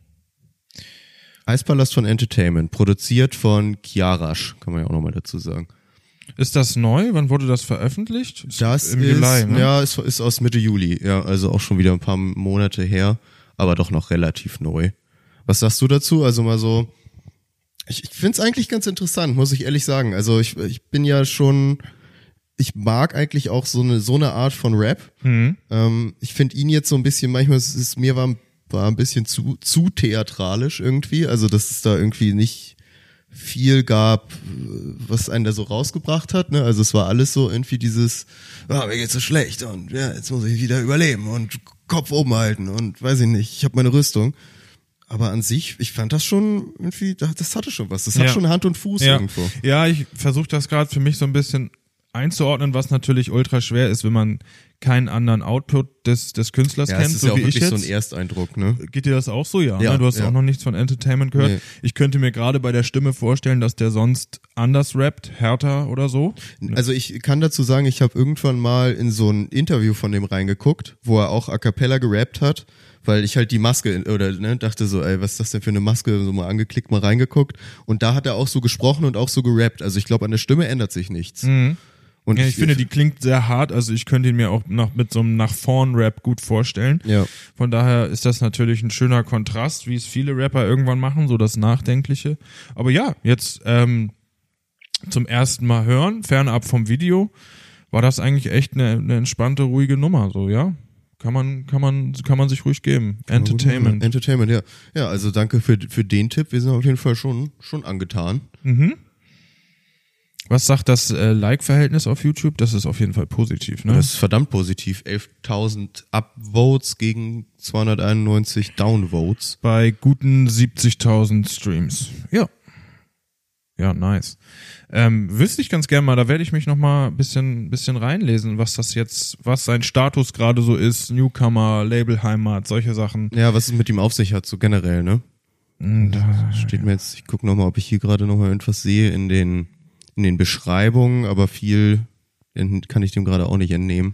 Eispalast von Entertainment, produziert von Kiarash, kann man ja auch nochmal dazu sagen. Ist das neu? Wann wurde das veröffentlicht? Ist Das im ist, Juli, ne? ja, ist, ist aus Mitte Juli, ja, also auch schon wieder ein paar Monate her, aber doch noch relativ neu. Was sagst du dazu? Also mal so, ich, ich find's eigentlich ganz interessant, muss ich ehrlich sagen. Also ich, ich bin ja schon, ich mag eigentlich auch so eine so eine Art von Rap. Mhm. Ähm, ich finde ihn jetzt so ein bisschen, manchmal ist es mir war, war ein bisschen zu zu theatralisch irgendwie, also dass es da irgendwie nicht viel gab, was einen da so rausgebracht hat, ne? Also es war alles so irgendwie dieses, ah, mir geht's so schlecht und ja, jetzt muss ich wieder überleben und Kopf oben halten und weiß ich nicht, ich habe meine Rüstung. Aber an sich, ich fand das schon irgendwie, das hatte schon was. Das hat Ja. schon Hand und Fuß Ja, irgendwo. ja, ich versuche das gerade für mich so ein bisschen einzuordnen, was natürlich ultra schwer ist, wenn man keinen anderen Output des, des Künstlers Ja, kennt, es ist so ja auch wie ich wirklich jetzt. so ein Ersteindruck, ne? Geht dir das auch so? Ja, Ja, ne? Du hast ja. auch noch nichts von Entertainment gehört. Nee. Ich könnte mir gerade bei der Stimme vorstellen, dass der sonst anders rappt, härter oder so. Also ich kann dazu sagen, ich habe irgendwann mal in so ein Interview von dem reingeguckt, wo er auch a cappella gerappt hat, weil ich halt die Maske, oder ne, dachte so, ey, was ist das denn für eine Maske, so mal angeklickt, mal reingeguckt. Und da hat er auch so gesprochen und auch so gerappt. Also ich glaube, an der Stimme ändert sich nichts. Mhm. Und Ja, ich finde, die klingt sehr hart, also ich könnte ihn mir auch nach, mit so einem nach vorn Rap gut vorstellen. Ja. Von daher ist das natürlich ein schöner Kontrast, wie es viele Rapper irgendwann machen, so das Nachdenkliche. Aber ja, jetzt ähm, zum ersten Mal hören, fernab vom Video, war das eigentlich echt eine, eine entspannte, ruhige Nummer, so, ja. Kann man, kann man, kann man sich ruhig geben. Entertainment. Entertainment, ja. Ja, also danke für, für den Tipp. Wir sind auf jeden Fall schon, schon angetan. Mhm. Was sagt das äh, Like-Verhältnis auf YouTube? Das ist auf jeden Fall positiv, ne? Das ist verdammt positiv. elftausend Upvotes gegen zweihunderteinundneunzig Downvotes. Bei guten siebzigtausend Streams. Ja. Ja, nice. Ähm, wüsste ich ganz gerne mal, da werde ich mich noch mal ein bisschen, bisschen reinlesen, was das jetzt, was sein Status gerade so ist, Newcomer, Labelheimat, solche Sachen. Ja, was es mit ihm auf sich hat, so generell, ne? Mm, Da, Steht mir jetzt, ich gucke nochmal, ob ich hier gerade nochmal irgendwas sehe in den, in den Beschreibungen, aber viel kann ich dem gerade auch nicht entnehmen.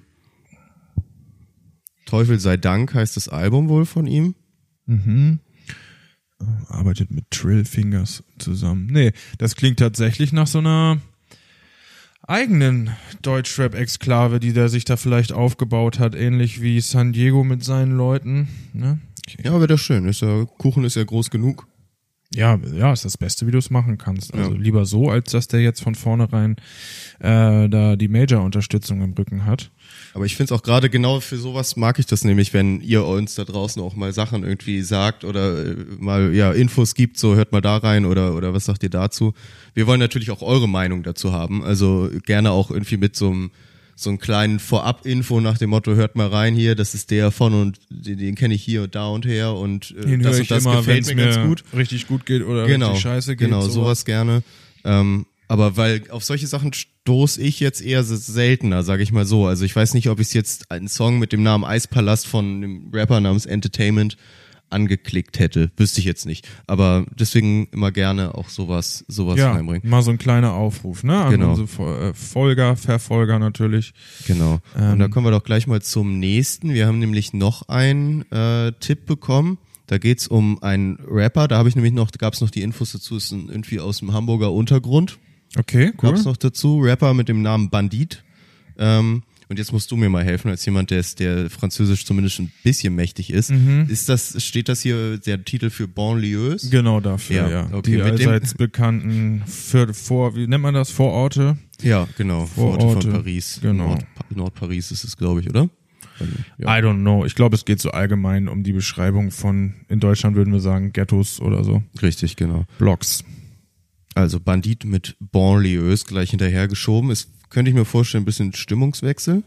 Teufel sei Dank heißt das Album wohl von ihm. mhm. Arbeitet mit Trill Fingers zusammen. Nee, das klingt tatsächlich nach so einer eigenen Deutschrap-Exklave, die der sich da vielleicht aufgebaut hat, ähnlich wie San Diego mit seinen Leuten. Ne? Ja, wäre das schön. Ist ja, Kuchen ist ja groß genug. Ja, ja, ist das Beste, wie du es machen kannst. Also Ja. lieber so, als dass der jetzt von vornherein äh, da die Major-Unterstützung im Rücken hat. Aber ich finde es auch gerade genau für sowas mag ich das nämlich, wenn ihr uns da draußen auch mal Sachen irgendwie sagt oder äh, mal ja Infos gibt, so hört mal da rein oder oder was sagt ihr dazu? Wir wollen natürlich auch eure Meinung dazu haben, also gerne auch irgendwie mit so einem so einem kleinen Vorab-Info nach dem Motto, hört mal rein hier, das ist der von und den, den kenne ich hier und da und her und äh, Den das höre und ich das immer, wenn gefällt es mir mir ganz gut. richtig gut geht oder Genau, richtig scheiße geht. genau, sowas gerne. Ähm, Aber weil auf solche Sachen stoße ich jetzt eher seltener, sage ich mal so. Also ich weiß nicht, ob ich jetzt einen Song mit dem Namen Eispalast von einem Rapper namens Entertainment angeklickt hätte. Wüsste ich jetzt nicht. Aber deswegen immer gerne auch sowas, sowas ja, reinbringen. Mal so ein kleiner Aufruf, ne? An Genau. unsere Folger, Verfolger natürlich. Genau. Ähm. Und da kommen wir doch gleich mal zum nächsten. Wir haben nämlich noch einen äh, Tipp bekommen. Da geht's um einen Rapper. Da habe ich nämlich noch, da gab es noch die Infos dazu, ist ein, irgendwie aus dem Hamburger Untergrund. Okay, cool. Gab's noch dazu. Rapper mit dem Namen Bandit. Ähm, und jetzt musst du mir mal helfen, als jemand, der ist, der Französisch zumindest ein bisschen mächtig ist. Mhm. Ist das, steht das hier der Titel für Banlieues? Genau dafür, ja. Ja, okay, Die mit dem- allseits bekannten für, vor, wie nennt man das, Vororte? Ja, genau. Vororte Vororte, von Paris. genau. Nord, Nordparis ist es, glaube ich, oder? Ja. I don't know. Ich glaube, es geht so allgemein um die Beschreibung von, in Deutschland würden wir sagen, Ghettos oder so. Richtig, genau. Blocks. Also Bandit mit Banlieues gleich hinterhergeschoben. Ist, könnte ich mir vorstellen, ein bisschen Stimmungswechsel.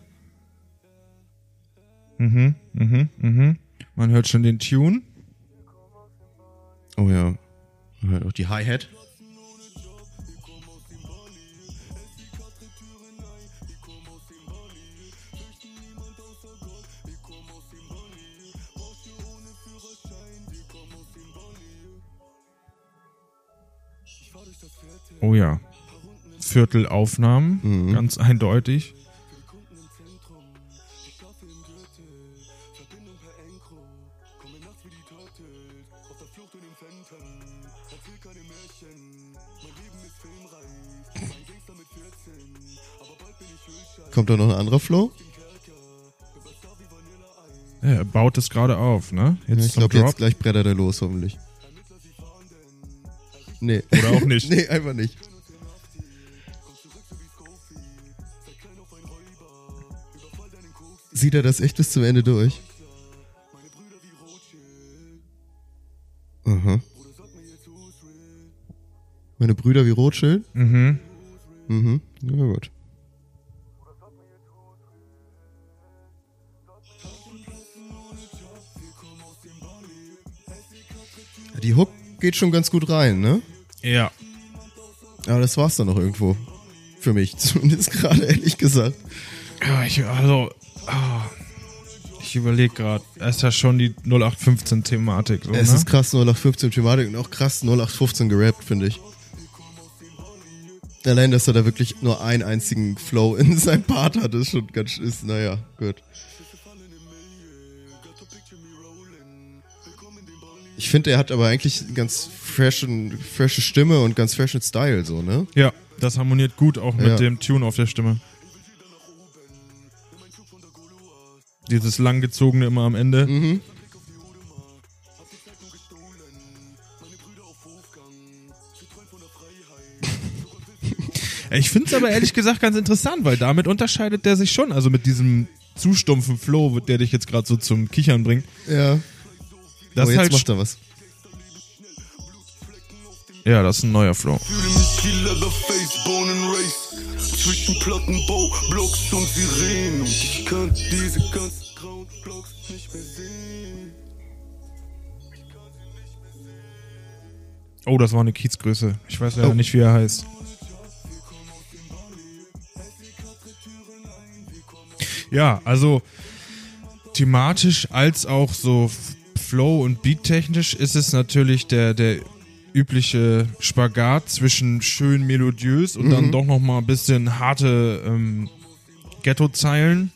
Mhm, mhm, mhm. Man hört schon den Tune. Oh ja. Man hört auch die Hi-Hat. Oh ja. Viertelaufnahmen, Mhm. ganz eindeutig. Kommt da noch ein anderer Flow? Ja, er baut es gerade auf, ne? Jetzt Ja, ich zum glaube, Drop. jetzt gleich brettert er los, hoffentlich. Nee. Oder auch nicht. Nee, einfach nicht. Sieht er das echt bis zum Ende durch? Aha. Meine Brüder wie Rothschild? Mhm. Mhm. Ja, gut. Die Hook geht schon ganz gut rein, ne? Ja. Aber das war's dann noch irgendwo. Für mich zumindest gerade, ehrlich gesagt. Ja, ich, also, ah, ich überlege gerade, es ist ja schon die null acht fünfzehn-Thematik. So, Es ne? ist krass null acht fünfzehn Thematik und auch krass null acht fünfzehn gerappt, finde ich. Allein, dass er da wirklich nur einen einzigen Flow in seinem Part hat, ist schon ganz, ist, naja, gut. Ich finde, er hat aber eigentlich einen ganz freshen, freshe Stimme und ganz freshen Style, so, ne? Ja, das harmoniert gut auch mit Ja. dem Tune auf der Stimme. Dieses langgezogene immer am Ende. Mhm. Ich finde es aber ehrlich gesagt ganz interessant, weil damit unterscheidet der sich schon. Also mit diesem zu stumpfen Flow, der dich jetzt gerade so zum Kichern bringt. Ja. Das oh, ist jetzt halt macht er was. Ja, das ist ein neuer Flow. Fühle mich wie Leatherface, Born and Race. Zwischen Plattenbau, Blocks und Sirenen. Und ich kann diese ganzen grauen Blocks nicht mehr sehen. Oh, das war eine Kiezgröße. Ich weiß ja Oh. nicht, wie er heißt. Ja, also thematisch als auch so Flow- und Beat-technisch ist es natürlich der, der übliche Spagat zwischen schön melodiös und dann doch nochmal ein bisschen harte ähm, Ghetto-Zeilen.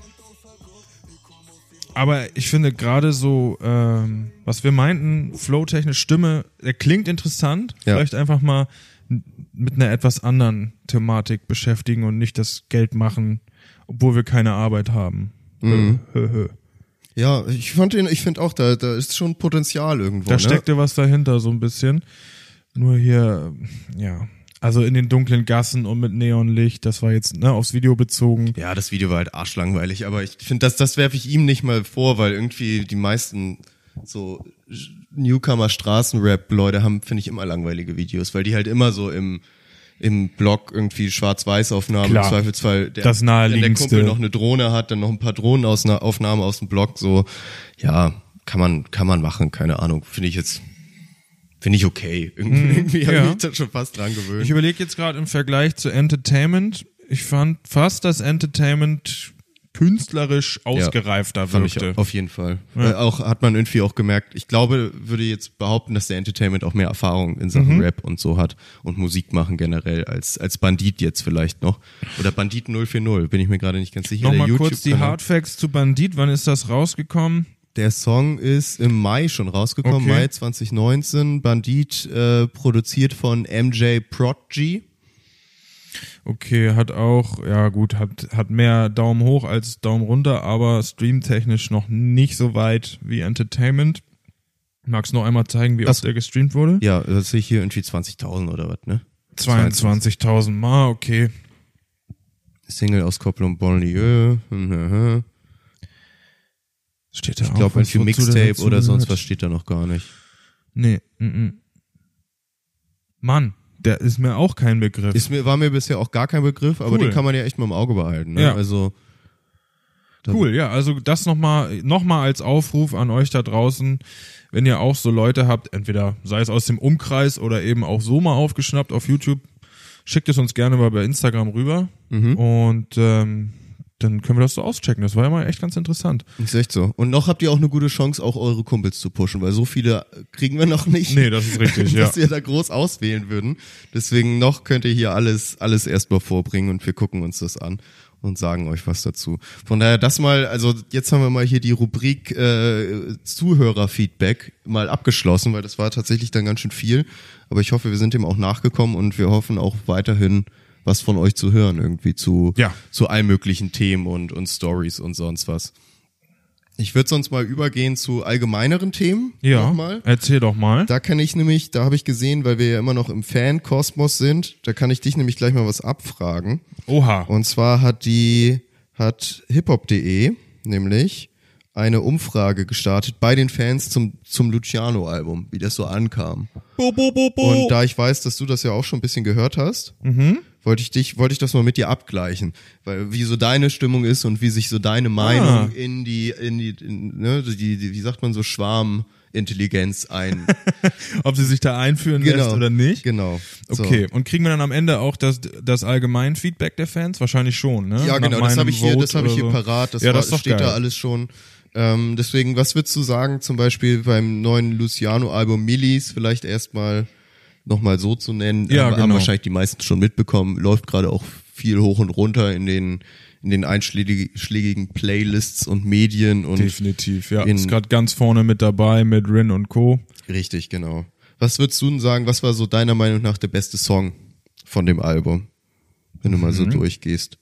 Aber ich finde gerade so, ähm, was wir meinten, Flow-technisch Stimme, der klingt interessant. Ja. Vielleicht einfach mal n- mit einer etwas anderen Thematik beschäftigen und nicht das Geld machen, obwohl wir keine Arbeit haben. Mhm. Hö, hö, hö. Ja, ich fand ihn, ich finde auch, da, da ist schon Potenzial irgendwo, Da ne? steckte was dahinter, so ein bisschen. Nur hier, ja, also in den dunklen Gassen und mit Neonlicht, das war jetzt ne, aufs Video bezogen. Ja, das Video war halt arschlangweilig, aber ich finde, das, das werfe ich ihm nicht mal vor, weil irgendwie die meisten so Newcomer-Straßenrap-Leute haben, finde ich, immer langweilige Videos, weil die halt immer so im im Blog irgendwie Schwarz-Weiß-Aufnahmen, im Klar, Zweifelsfall der, das wenn der Naheliegendste. Kumpel noch eine Drohne hat, dann noch ein paar Drohnenaufnahmen aus dem Blog, so, ja, kann man, kann man machen, keine Ahnung, finde ich jetzt, Finde ich okay. Irgendwie, Mhm, irgendwie ja. habe ich mich da schon fast dran gewöhnt. Ich überlege jetzt gerade im Vergleich zu Entertainment, ich fand fast, dass Entertainment künstlerisch ausgereifter Fand wirkte. ich auf jeden Fall. Ja. Weil auch hat man irgendwie auch gemerkt, ich glaube, würde jetzt behaupten, dass der Entertainment auch mehr Erfahrung in Sachen Mhm. Rap und so hat und Musik machen generell als als Bandit jetzt vielleicht noch. Oder Bandit null vier null, bin ich mir gerade nicht ganz sicher. Nochmal Der kurz die YouTube-Kanal. Hardfacts zu Bandit, wann ist das rausgekommen? Der Song ist im Mai schon rausgekommen, Okay. Mai zwanzig neunzehn. Bandit, äh, produziert von M J Prodigy. Okay, hat auch, ja gut, hat, hat mehr Daumen hoch als Daumen runter, aber streamtechnisch noch nicht so weit wie Entertainment. Magst du noch einmal zeigen, wie Ach oft der gestreamt wurde? Ja, das sehe ich hier irgendwie zwanzigtausend oder was, ne? zweiundzwanzigtausend Mal, okay. Single-Auskopplung Bonlieu. Mhm. Steht da Ich auch glaube, was, irgendwie wozu der Mixtape oder sonst dazugehört? was steht da noch gar nicht. Nee, mm, mm. Mann, der ist mir auch kein Begriff. Ist mir, war mir bisher auch gar kein Begriff, aber Cool. den kann man ja echt mal im Auge behalten. Ne? Ja. Also da- Cool, ja, also das nochmal noch mal als Aufruf an euch da draußen, wenn ihr auch so Leute habt, entweder sei es aus dem Umkreis oder eben auch so mal aufgeschnappt auf YouTube, schickt es uns gerne mal bei Instagram rüber Mhm. und ähm, dann können wir das so auschecken. Das war ja mal echt ganz interessant. Ist echt so. Und noch habt ihr auch eine gute Chance, auch eure Kumpels zu pushen, weil so viele kriegen wir noch nicht. Nee, das ist richtig, ja. dass wir da groß auswählen würden. Deswegen noch könnt ihr hier alles, alles erstmal vorbringen und wir gucken uns das an und sagen euch was dazu. Von daher das mal, also jetzt haben wir mal hier die Rubrik äh, Zuhörerfeedback mal abgeschlossen, weil das war tatsächlich dann ganz schön viel. Aber ich hoffe, wir sind dem auch nachgekommen und wir hoffen auch weiterhin was von euch zu hören, irgendwie zu, Ja. zu allen möglichen Themen und, und Stories und sonst was. Ich würde sonst mal übergehen zu allgemeineren Themen. Ja, Nochmal. erzähl doch mal. Da kann ich nämlich, da habe ich gesehen, weil wir ja immer noch im Fan-Kosmos sind, da kann ich dich nämlich gleich mal was abfragen. Oha. Und zwar hat die, hat hiphop punkt de nämlich eine Umfrage gestartet bei den Fans zum, zum Luciano-Album, wie das so ankam. Bo, bo, bo, bo. Und da ich weiß, dass du das ja auch schon ein bisschen gehört hast, Mhm. wollte ich dich, wollte ich das mal mit dir abgleichen, weil wie so deine Stimmung ist und wie sich so deine Meinung Ah. in die, in die, in, ne, die, die, wie sagt man so, Schwarmintelligenz ein. Ob sie sich da einführen lässt oder nicht? Genau. So. Okay, und kriegen wir dann am Ende auch das, das allgemeine Feedback der Fans? Wahrscheinlich schon, ne? Ja, Nach genau, das meinem habe ich hier, Vote das habe ich hier oder so. parat, das, Ja, war, das ist doch steht geil. da alles schon. Ähm, deswegen, was würdest du sagen, zum Beispiel beim neuen Luciano-Album Millis, vielleicht erstmal nochmal so zu nennen, Ja, haben, haben genau. wahrscheinlich die meisten schon mitbekommen, läuft gerade auch viel hoch und runter in den in den einschlägigen Playlists und Medien und Definitiv, ja. in- Ist gerade ganz vorne mit dabei mit Rin und Co. richtig, genau. Was würdest du denn sagen, was war so deiner Meinung nach der beste Song von dem Album, wenn du mal Mhm. so durchgehst?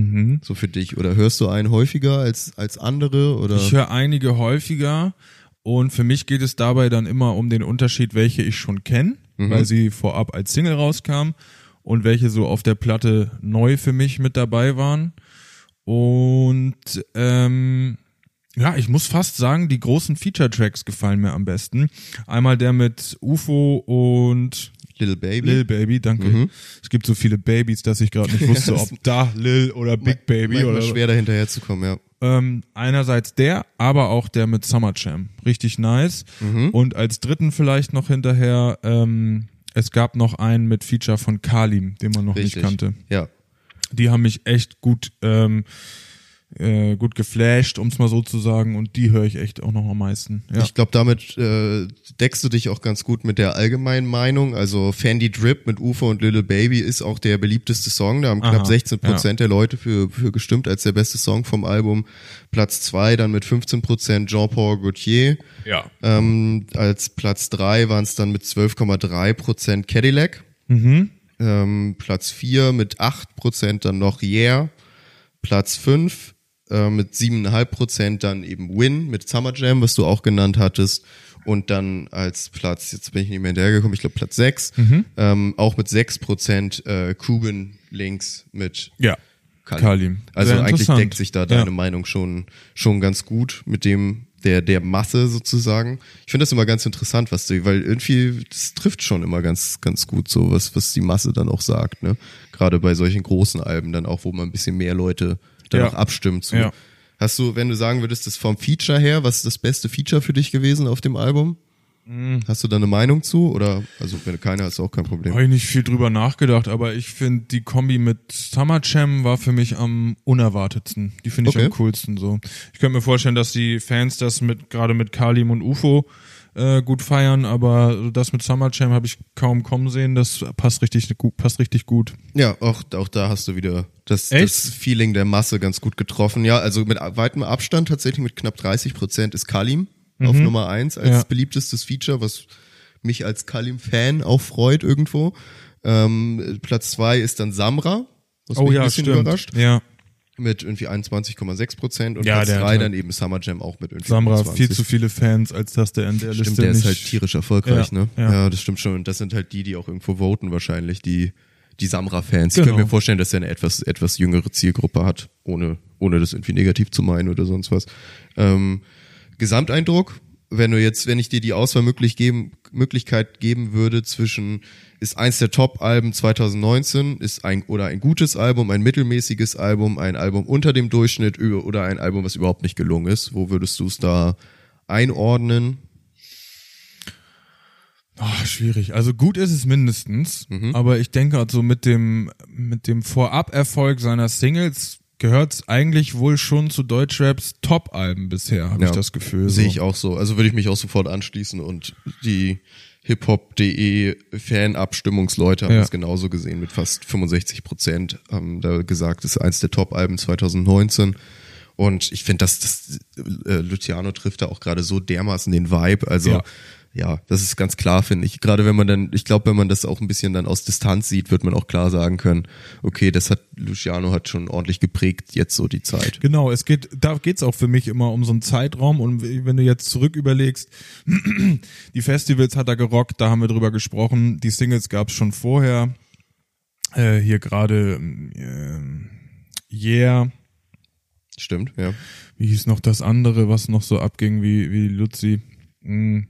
So für dich. Oder hörst du einen häufiger als, als andere? Oder? Ich höre einige häufiger und für mich geht es dabei dann immer um den Unterschied, welche ich schon kenne, Mhm. weil sie vorab als Single rauskam und welche so auf der Platte neu für mich mit dabei waren. Und ähm, ja, ich muss fast sagen, die großen Feature-Tracks gefallen mir am besten. Einmal der mit U F O und Lil Baby? Lil Baby, danke. Es gibt so viele Babys, dass ich gerade nicht wusste, ob da Lil oder Big Baby Manchmal oder so. schwer dahinter herzukommen, ja. Ähm, einerseits der, aber auch der mit Summer Jam. Richtig nice. Und als dritten vielleicht noch hinterher, ähm, es gab noch einen mit Feature von Kalim, den man noch Richtig. nicht kannte. Ja. Die haben mich echt gut, ähm, äh, gut geflasht, um es mal so zu sagen. Und die höre ich echt auch noch am meisten. Ja. Ich glaube, damit äh, deckst du dich auch ganz gut mit der allgemeinen Meinung. Also Fendi Drip mit U F O und Lil Baby ist auch der beliebteste Song. Da haben Aha, knapp sechzehn Prozent der Leute für, für gestimmt als der beste Song vom Album. Platz zwei dann mit fünfzehn Prozent Jean-Paul Gaultier. ja. Ähm, als Platz drei waren es dann mit zwölf Komma drei Prozent Cadillac. Mhm. Ähm, Platz vier mit acht Prozent dann noch Yeah. Platz fünf äh, mit sieben Komma fünf Prozent dann eben Win mit Summer Jam, was du auch genannt hattest. Und dann als Platz, jetzt bin ich nicht mehr hinterhergekommen, ich glaube Platz sechs, ähm, auch mit sechs Prozent äh, Cuban Links mit Ja. Kalim. Kalim. Also Sehr eigentlich interessant. deckt sich da deine Ja. Meinung schon schon ganz gut mit dem der der Masse sozusagen. Ich finde das immer ganz interessant, was du, weil irgendwie das trifft schon immer ganz ganz gut so, was was die Masse dann auch sagt, ne? Gerade bei solchen großen Alben dann auch, wo man ein bisschen mehr Leute danach Ja. abstimmt. So. Ja. Hast du, wenn du sagen würdest, das vom Feature her, was ist das beste Feature für dich gewesen auf dem Album? Hast du da eine Meinung zu? Oder, also wenn du keine hast, auch kein Problem. Habe ich nicht viel drüber nachgedacht, aber ich finde, die Kombi mit Summer Jam war für mich am unerwartetsten. Die finde ich Okay. am coolsten so. Ich könnte mir vorstellen, dass die Fans das mit gerade mit Kalim und U F O äh, gut feiern, aber das mit Summer Jam habe ich kaum kommen sehen. Das passt richtig gut. Passt richtig gut. Ja, auch, auch da hast du wieder das, Echt? das Feeling der Masse ganz gut getroffen. Ja, also mit weitem Abstand, tatsächlich mit knapp dreißig Prozent ist Kalim auf Nummer eins als Ja. beliebtestes Feature, was mich als Kalim-Fan auch freut irgendwo. Ähm, Platz zwei ist dann Samra, was mich ein bisschen überrascht, Ja, mit irgendwie einundzwanzig Komma sechs Prozent und Ja, Platz der drei hat- dann eben Summer Jam auch mit irgendwie Samra, fünfundzwanzig. viel zu viele Fans, als dass der in der Stimmt, Liste der nicht... ist halt tierisch erfolgreich, Ja, ne? ja. Ja, das stimmt schon. Und das sind halt die, die auch irgendwo voten wahrscheinlich, die die Samra-Fans. Ich Genau. könnte mir vorstellen, dass er eine etwas etwas jüngere Zielgruppe hat, ohne ohne das irgendwie negativ zu meinen oder sonst was. Ähm, Gesamteindruck, wenn du jetzt, wenn ich dir die Auswahlmöglichkeit geben, Möglichkeit geben würde zwischen ist eins der Top-Alben zwanzig neunzehn, ist ein oder ein gutes Album, ein mittelmäßiges Album, ein Album unter dem Durchschnitt über- oder ein Album, was überhaupt nicht gelungen ist, wo würdest du es da einordnen? Ah, schwierig. Also gut ist es mindestens, Mhm. aber ich denke also mit dem mit dem Vorab-Erfolg seiner Singles gehört es eigentlich wohl schon zu Deutschraps Top-Alben bisher, habe Ja, ich das Gefühl. Sehe so. ich auch so. Also würde ich mich auch sofort anschließen und die hiphop punkt de Fan-Abstimmungsleute haben Ja. das genauso gesehen mit fast fünfundsechzig Prozent. Haben da gesagt, das ist eins der Top-Alben zwanzig neunzehn. Und ich finde, dass das äh, Luciano trifft da auch gerade so dermaßen den Vibe. Also Ja. ja, das ist ganz klar, finde ich. Gerade wenn man dann, ich glaube, wenn man das auch ein bisschen dann aus Distanz sieht, wird man auch klar sagen können, okay, das hat Luciano hat schon ordentlich geprägt jetzt so die Zeit. Genau, es geht, da geht's auch für mich immer um so einen Zeitraum und wenn du jetzt zurück überlegst, die Festivals hat er gerockt, da haben wir drüber gesprochen, die Singles gab's schon vorher, äh, hier gerade äh, Yeah, Stimmt, ja. wie hieß noch das andere, was noch so abging wie, wie Luzi, hm.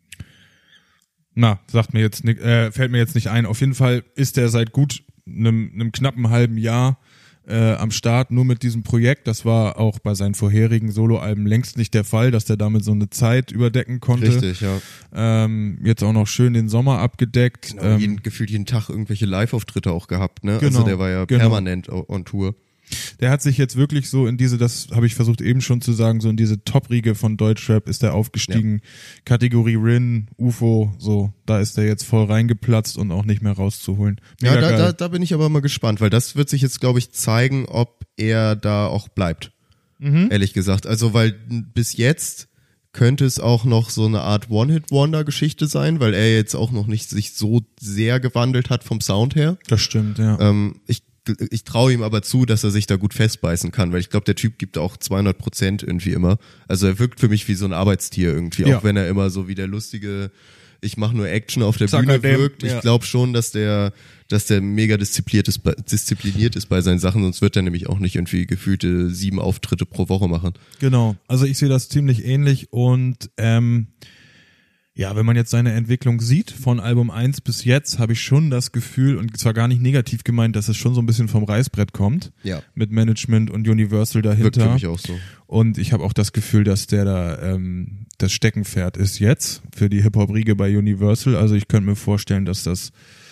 Na, sagt mir jetzt nicht, äh, fällt mir jetzt nicht ein. Auf jeden Fall ist er seit gut einem, einem knappen halben Jahr äh, am Start, nur mit diesem Projekt. Das war auch bei seinen vorherigen Soloalben längst nicht der Fall, dass der damit so eine Zeit überdecken konnte. Richtig, ja. Ähm, jetzt auch noch schön den Sommer abgedeckt. Genau, ähm, jeden, gefühlt jeden Tag irgendwelche Live-Auftritte auch gehabt, ne? Genau, Also der war ja genau. permanent o- on Tour. Der hat sich jetzt wirklich so in diese, das habe ich versucht eben schon zu sagen, so in diese Top-Riege von Deutschrap ist er aufgestiegen. Kategorie Rin, U F O, so, da ist er jetzt voll reingeplatzt und auch nicht mehr rauszuholen. Mega Ja, da, geil. da, da bin ich aber mal gespannt, weil das wird sich jetzt, glaube ich, zeigen, ob er da auch bleibt. Mhm. Ehrlich gesagt. Also, weil bis jetzt könnte es auch noch so eine Art One-Hit-Wonder-Geschichte sein, weil er jetzt auch noch nicht sich so sehr gewandelt hat vom Sound her. Das stimmt, ja. Ähm, ich ich traue ihm aber zu, dass er sich da gut festbeißen kann, weil ich glaube, der Typ gibt auch zweihundert Prozent irgendwie immer. Also er wirkt für mich wie so ein Arbeitstier irgendwie, Ja. auch wenn er immer so wie der lustige, ich mache nur Action auf der Sag Bühne halt dem, wirkt. Ich ja. glaube schon, dass der, dass der mega diszipliniert ist, bei- diszipliniert ist bei seinen Sachen, sonst wird er nämlich auch nicht irgendwie gefühlte sieben Auftritte pro Woche machen. Genau, also ich sehe das ziemlich ähnlich und ähm, ja, wenn man jetzt seine Entwicklung sieht, von Album eins bis jetzt, habe ich schon das Gefühl, und zwar gar nicht negativ gemeint, dass es schon so ein bisschen vom Reißbrett kommt, Ja. mit Management und Universal Wirkt für dahinter. mich auch so. Und ich habe auch das Gefühl, dass der da ähm, das Steckenpferd ist jetzt für die Hip-Hop-Riege bei Universal. Also ich könnte mir vorstellen, dass das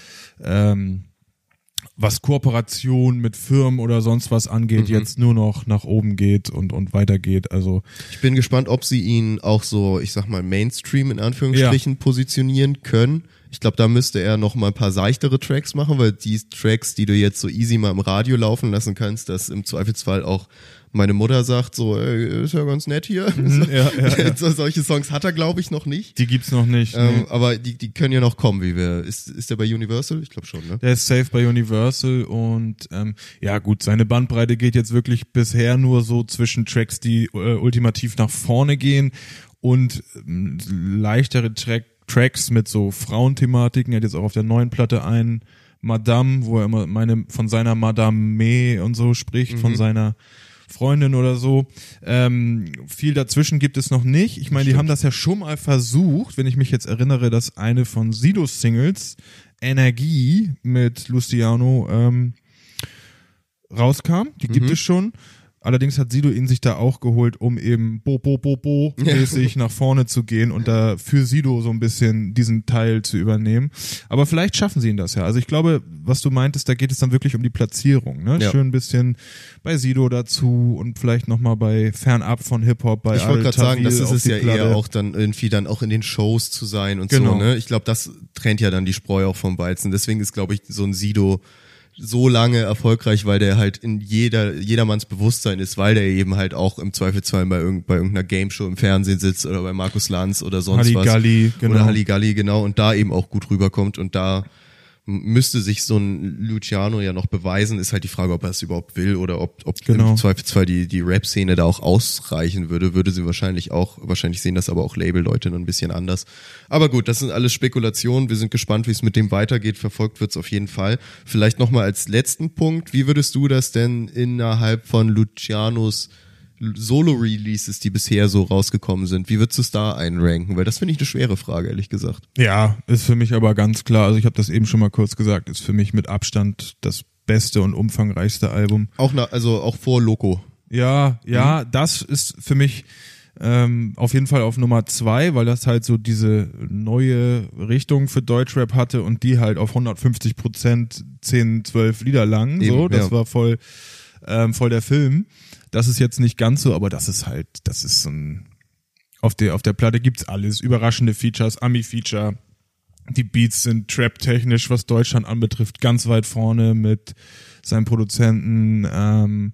ähm, was Kooperation mit Firmen oder sonst was angeht, Mhm. jetzt nur noch nach oben geht und und weitergeht. Also Ich bin gespannt, ob sie ihn auch so, ich sag mal, Mainstream in Anführungsstrichen positionieren können. Ich glaube, da müsste er noch mal ein paar seichtere Tracks machen, weil die Tracks, die du jetzt so easy mal im Radio laufen lassen kannst, dass im Zweifelsfall auch meine Mutter sagt so, ey, ist ja ganz nett hier. ja, ja, ja. So, solche Songs hat er, glaube ich, noch nicht. Die gibt's noch nicht. Ähm, nee. aber die, die können ja noch kommen, wie wir. Ist, ist der bei Universal? Ich glaube schon, ne? Der ist safe bei Universal und ähm, ja gut, seine Bandbreite geht jetzt wirklich bisher nur so zwischen Tracks, die äh, ultimativ nach vorne gehen und ähm, leichtere Track Tracks mit so Frauenthematiken. Er hat jetzt auch auf der neuen Platte einen Madame, wo er immer meine von seiner Madame May und so spricht, Mhm. von seiner Freundin oder so. Ähm, viel dazwischen gibt es noch nicht. Ich meine, die Stimmt. haben das ja schon mal versucht, wenn ich mich jetzt erinnere, dass eine von Sidos Singles, Energie mit Luciano, ähm, rauskam. Die gibt Mhm. es schon. Allerdings hat Sido ihn sich da auch geholt, um eben bo bo bo bo mäßig nach vorne zu gehen und da für Sido so ein bisschen diesen Teil zu übernehmen. Aber vielleicht schaffen sie ihn das ja. Also ich glaube, was du meintest, da geht es dann wirklich um die Platzierung. Ne? Ja. Schön ein bisschen bei Sido dazu und vielleicht nochmal bei Fernab von Hip-Hop, bei Ich wollte gerade sagen, das ist es ja Platte. eher auch dann irgendwie dann auch in den Shows zu sein und Genau. so. Ne? Ich glaube, das trennt ja dann die Spreu auch vom Weizen. Deswegen ist, glaube ich, so ein Sido so lange erfolgreich, weil der halt in jeder jedermanns Bewusstsein ist, weil der eben halt auch im Zweifelsfall bei, irgend, bei irgendeiner Game-Show im Fernsehen sitzt oder bei Markus Lanz oder sonst Halligalli, was. genau. Oder Halligalli, genau. Und da eben auch gut rüberkommt und da müsste sich so ein Luciano ja noch beweisen, ist halt die Frage, ob er es überhaupt will oder ob, ob Genau. im Zweifelsfall die, die Rap-Szene da auch ausreichen würde, würde sie wahrscheinlich auch, wahrscheinlich sehen das aber auch Label-Leute dann ein bisschen anders. Aber gut, das sind alles Spekulationen, wir sind gespannt, wie es mit dem weitergeht, verfolgt wird es auf jeden Fall. Vielleicht nochmal als letzten Punkt, wie würdest du das denn innerhalb von Lucianos Solo-Releases, die bisher so rausgekommen sind, wie würdest du es da einranken? Weil das finde ich eine schwere Frage, ehrlich gesagt. Ja, ist für mich aber ganz klar, also ich habe das eben schon mal kurz gesagt, ist für mich mit Abstand das beste und umfangreichste Album. Auch na, also auch vor Loco. Ja, ja, Mhm. das ist für mich ähm, auf jeden Fall auf Nummer zwei, weil das halt so diese neue Richtung für Deutschrap hatte und die halt auf hundertfünfzig Prozent zehn, zwölf Lieder lang, Eben, so, das ja. war voll, ähm, voll der Film. Das ist jetzt nicht ganz so, aber das ist halt, das ist so ein, auf der, auf der Platte gibt's alles, überraschende Features, Ami-Feature, die Beats sind trap-technisch, was Deutschland anbetrifft, ganz weit vorne mit seinen Produzenten, ähm,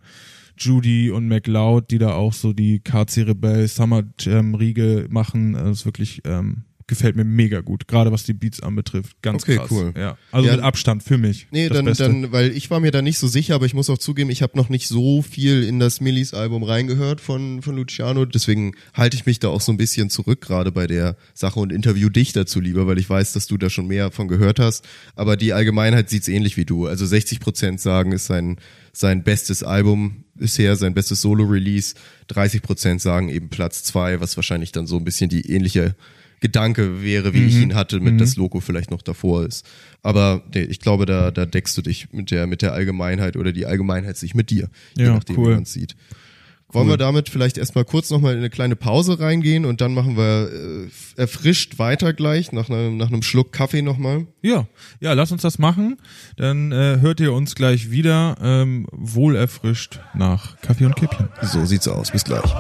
Judy und McLeod, die da auch so die K C Rebel Summer Jam Riege machen, das ist wirklich, ähm, gefällt mir mega gut, gerade was die Beats anbetrifft, ganz Okay, krass. cool. Ja, also Ja, mit Abstand für mich. Nee, das dann, Beste. dann, weil ich war mir da nicht so sicher, aber ich muss auch zugeben, ich habe noch nicht so viel in das Millis Album reingehört von, von Luciano, deswegen halte ich mich da auch so ein bisschen zurück, gerade bei der Sache und interview dich dazu lieber, weil ich weiß, dass du da schon mehr von gehört hast, aber die Allgemeinheit sieht's ähnlich wie du, also sechzig Prozent sagen, ist sein, sein bestes Album bisher, sein bestes Solo-Release, dreißig Prozent sagen eben Platz zwei, was wahrscheinlich dann so ein bisschen die ähnliche Gedanke wäre, wie Mhm. ich ihn hatte, mit Mhm. das Logo vielleicht noch davor ist. Aber nee, ich glaube, da, da deckst du dich mit der, mit der Allgemeinheit oder die Allgemeinheit sich mit dir, je Ja, nachdem, cool. wie man es sieht. Wollen wir damit vielleicht erstmal kurz nochmal in eine kleine Pause reingehen und dann machen wir äh, erfrischt weiter gleich, nach einem, nach einem Schluck Kaffee nochmal? Ja, ja, lass uns das machen. Dann äh, hört ihr uns gleich wieder ähm, wohl erfrischt nach Kaffee und Kippchen. So sieht's aus. Bis gleich.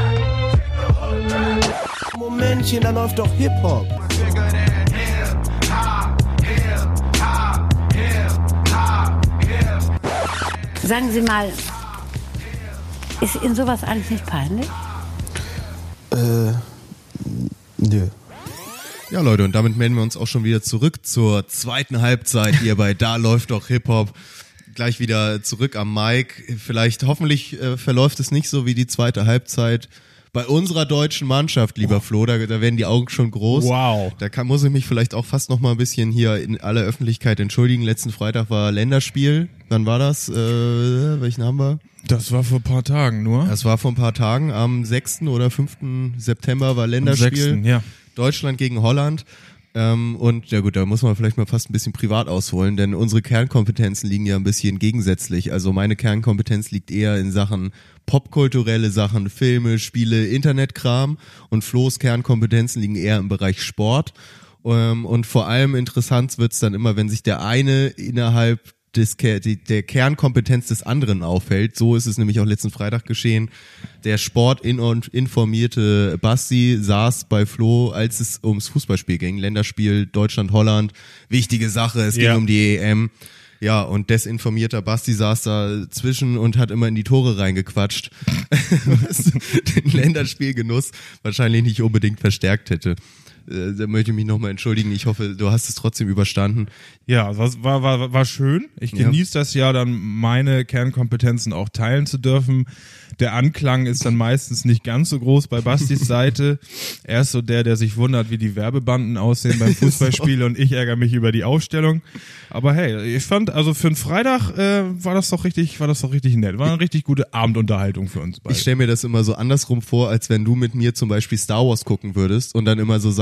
Momentchen, da läuft doch Hip-Hop. Sagen Sie mal, ist Ihnen sowas eigentlich nicht peinlich? Äh, nö. Ja, Leute, und damit melden wir uns auch schon wieder zurück zur zweiten Halbzeit hier bei Da läuft doch Hip-Hop. Gleich wieder zurück am Mic. Vielleicht, hoffentlich äh, verläuft es nicht so wie die zweite Halbzeit bei unserer deutschen Mannschaft, lieber Flo. Da, da werden die Augen schon groß. Wow. Da kann, muss ich mich vielleicht auch fast noch mal ein bisschen hier in aller Öffentlichkeit entschuldigen. Letzten Freitag war Länderspiel. Wann war das? Äh, welchen haben wir? Das war vor ein paar Tagen nur. Das war vor ein paar Tagen. Am sechsten oder fünften September war Am Länderspiel. sechsten, ja. Deutschland gegen Holland. Ähm, und ja gut, da muss man vielleicht mal fast ein bisschen privat ausholen, denn unsere Kernkompetenzen liegen ja ein bisschen gegensätzlich. Also meine Kernkompetenz liegt eher in Sachen popkulturelle Sachen, Filme, Spiele, Internetkram, und Flo's Kernkompetenzen liegen eher im Bereich Sport. Ähm, und vor allem interessant wird's dann immer, wenn sich der eine innerhalb des, der Kernkompetenz des anderen auffällt. So ist es nämlich auch letzten Freitag geschehen. Der sportinformierte Basti saß bei Flo, als es ums Fußballspiel ging. Länderspiel Deutschland-Holland. Wichtige Sache, es Ja. ging um die E M. Ja, und desinformierter Basti saß da zwischen und hat immer in die Tore reingequatscht, was den Länderspielgenuss wahrscheinlich nicht unbedingt verstärkt hätte. Äh, Da möchte ich mich nochmal entschuldigen. Ich hoffe, du hast es trotzdem überstanden. Ja, das war, war, war schön. Ich Ja. genieße das ja dann, meine Kernkompetenzen auch teilen zu dürfen. Der Anklang ist dann meistens nicht ganz so groß bei Bastis Seite. Er ist so der, der sich wundert, wie die Werbebanden aussehen beim Fußballspiel, und ich ärgere mich über die Aufstellung. Aber hey, ich fand, also für einen Freitag äh, war das doch richtig, war das doch richtig nett. War eine richtig gute Abendunterhaltung für uns beide. Ich stelle mir das immer so andersrum vor, als wenn du mit mir zum Beispiel Star Wars gucken würdest und dann immer so sagst,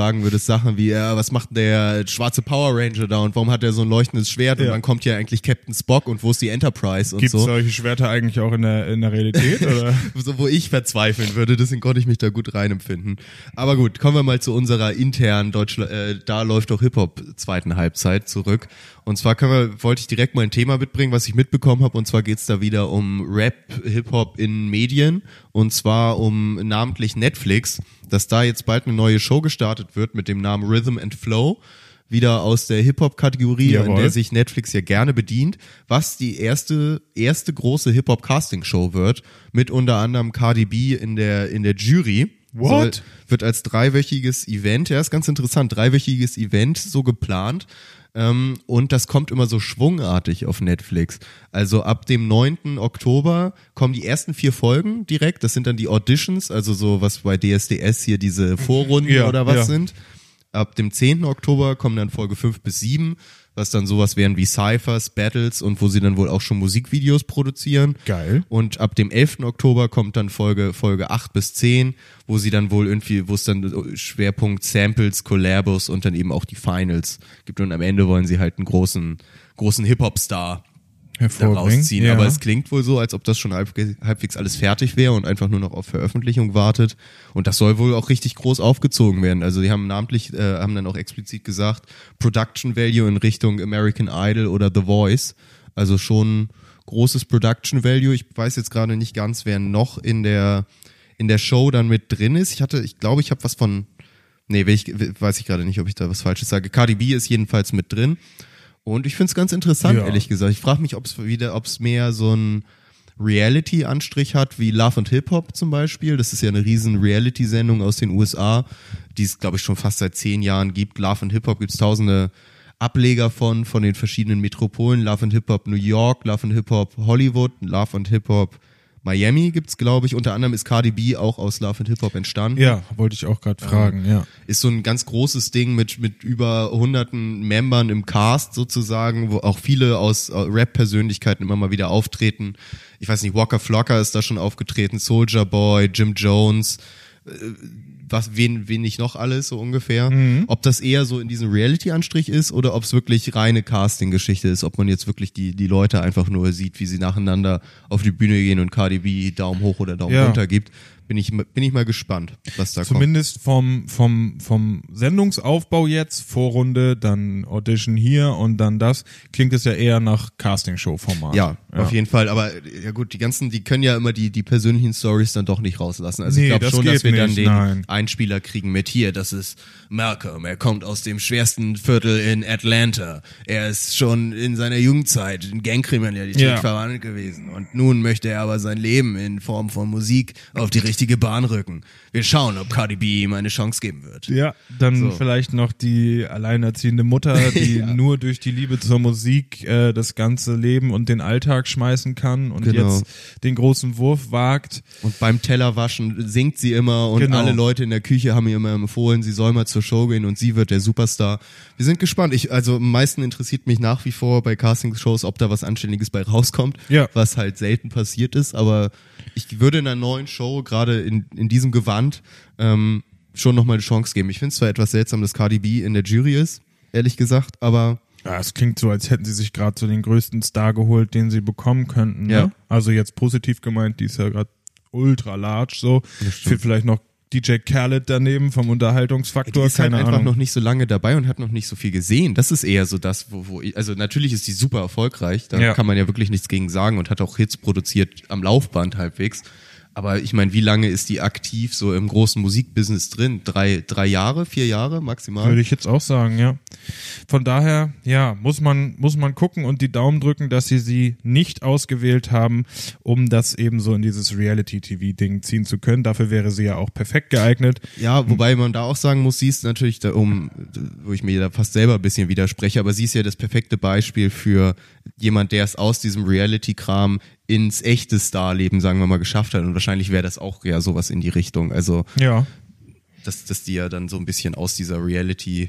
sagen würdest, Sachen wie, ja, was macht der schwarze Power Ranger da und warum hat er so ein leuchtendes Schwert Ja. und wann kommt hier eigentlich Captain Spock und wo ist die Enterprise und Gibt es so. solche Schwerter eigentlich auch in der, in der Realität? Oder? So, wo ich verzweifeln würde, deswegen konnte ich mich da gut reinempfinden. Aber gut, kommen wir mal zu unserer internen Deutschland, äh, da läuft doch Hip-Hop zweiten Halbzeit zurück. Und zwar können wir, wollte ich direkt mal ein Thema mitbringen, was ich mitbekommen habe, und zwar geht's da wieder um Rap, Hip-Hop in Medien, und zwar um namentlich Netflix, dass da jetzt bald eine neue Show gestartet wird mit dem Namen Rhythm and Flow, wieder aus der Hip-Hop-Kategorie, in Jawohl. der sich Netflix ja gerne bedient, was die erste erste große Hip-Hop-Casting-Show wird, mit unter anderem Cardi B in der in der Jury. What? Soll, wird als dreiwöchiges Event, ja, ist ganz interessant, dreiwöchiges Event so geplant. Ähm, und das kommt immer so schwungartig auf Netflix. Also ab dem neunten Oktober kommen die ersten vier Folgen direkt. Das sind dann die Auditions, also so was bei D S D S hier diese Vorrunden Ja, oder was ja. sind. Ab dem zehnten Oktober kommen dann Folge fünf bis sieben, was dann sowas wären wie Cyphers, Battles und wo sie dann wohl auch schon Musikvideos produzieren. Geil. Und ab dem elften Oktober kommt dann Folge Folge acht bis zehn, wo sie dann wohl irgendwie, wo es dann Schwerpunkt Samples, Collabos und dann eben auch die Finals gibt. Und am Ende wollen sie halt einen großen, großen Hip-Hop-Star da Hervorbringen. rausziehen. Ja. Aber es klingt wohl so, als ob das schon halb, halbwegs alles fertig wäre und einfach nur noch auf Veröffentlichung wartet. Und das soll wohl auch richtig groß aufgezogen werden. Also die haben namentlich, äh, haben dann auch explizit gesagt, Production Value in Richtung American Idol oder The Voice. Also schon großes Production Value. Ich weiß jetzt gerade nicht ganz, wer noch in der in der Show dann mit drin ist. Ich hatte, ich glaube, ich habe was von, nee, ich, weiß ich gerade nicht, ob ich da was Falsches sage. Cardi B ist jedenfalls mit drin. Und ich finde es ganz interessant, Ja. ehrlich gesagt. Ich frage mich, ob es wieder, ob es mehr so ein Reality-Anstrich hat, wie Love and Hip-Hop zum Beispiel. Das ist ja eine riesen Reality-Sendung aus den U S A, die es, glaube ich, schon fast seit zehn Jahren gibt. Love and Hip-Hop gibt es tausende Ableger von, von den verschiedenen Metropolen. Love and Hip-Hop New York, Love and Hip-Hop Hollywood, Love and Hip-Hop Miami gibt's, glaube ich. Unter anderem ist Cardi B auch aus Love and Hip-Hop entstanden. Ja, wollte ich auch gerade fragen, ja. Ist so ein ganz großes Ding mit mit über hunderten Membern im Cast sozusagen, wo auch viele aus äh, Rap-Persönlichkeiten immer mal wieder auftreten. Ich weiß nicht, Waka Flocka ist da schon aufgetreten, Soulja Boy, Jim Jones, äh, was wen wen ich noch alles so ungefähr. Mhm. Ob das eher so in diesem Reality-Anstrich ist oder ob es wirklich reine Casting-Geschichte ist, ob man jetzt wirklich die die Leute einfach nur sieht, wie sie nacheinander auf die Bühne gehen und Cardi B Daumen hoch oder Daumen Ja. runter gibt. Bin ich, bin ich mal gespannt, was da kommt. Zumindest vom, vom, vom Sendungsaufbau jetzt, Vorrunde, dann Audition hier und dann das, klingt es ja eher nach Castingshow-Format. Ja, auf jeden Fall. Aber ja gut, die ganzen, die können ja immer die die persönlichen Stories dann doch nicht rauslassen. Also Nee, ich glaube das schon, dass geht wir dann nicht, den nein. Einspieler kriegen mit hier. Das ist Malcolm. Er kommt aus dem schwersten Viertel in Atlanta. Er ist schon in seiner Jugendzeit in Gangkriminalität Ja. verwandelt gewesen. Und nun möchte er aber sein Leben in Form von Musik auf die richtige Bahn rücken. Wir schauen, ob Cardi B ihm eine Chance geben wird. Ja, dann So. vielleicht noch die alleinerziehende Mutter, die Ja. nur durch die Liebe zur Musik äh, das ganze Leben und den Alltag schmeißen kann und Genau. jetzt den großen Wurf wagt. Und beim Tellerwaschen singt sie immer und Genau. alle Leute in der Küche haben ihr immer empfohlen, sie soll mal zur Show gehen und sie wird der Superstar. Wir sind gespannt. Ich, also am meisten interessiert mich nach wie vor bei Castingshows, ob da was Anständiges bei rauskommt, Ja. was halt selten passiert ist. Aber ich würde in einer neuen Show, gerade in, in diesem Gewand, ähm, schon nochmal eine Chance geben. Ich finde es zwar etwas seltsam, dass Cardi B in der Jury ist, ehrlich gesagt, aber Ja, es klingt so, als hätten sie sich gerade so den größten Star geholt, den sie bekommen könnten. Ne? Ja. Also jetzt positiv gemeint, die ist ja gerade ultra large so. Fehlt vielleicht noch D J Khaled daneben vom Unterhaltungsfaktor, die ist halt keine einfach Ahnung. noch nicht so lange dabei und hat noch nicht so viel gesehen. Das ist eher so das, wo, wo ich, also natürlich ist die super erfolgreich, da Ja. kann man ja wirklich nichts gegen sagen und hat auch Hits produziert am Laufband halbwegs. Aber ich meine, wie lange ist die aktiv so im großen Musikbusiness drin? Drei, drei Jahre, vier Jahre maximal? Würde ich jetzt auch sagen, ja. Von daher, ja, muss man, muss man gucken und die Daumen drücken, dass sie sie nicht ausgewählt haben, um das eben so in dieses Reality-T V-Ding ziehen zu können. Dafür wäre sie ja auch perfekt geeignet. Ja, wobei man da auch sagen muss, sie ist natürlich da um, wo ich mir da fast selber ein bisschen widerspreche, aber sie ist ja das perfekte Beispiel für jemand, der es aus diesem Reality-Kram ins echte Starleben, sagen wir mal, geschafft hat. Und wahrscheinlich wäre das auch ja sowas in die Richtung. Also, Ja. dass, dass die ja dann so ein bisschen aus dieser Reality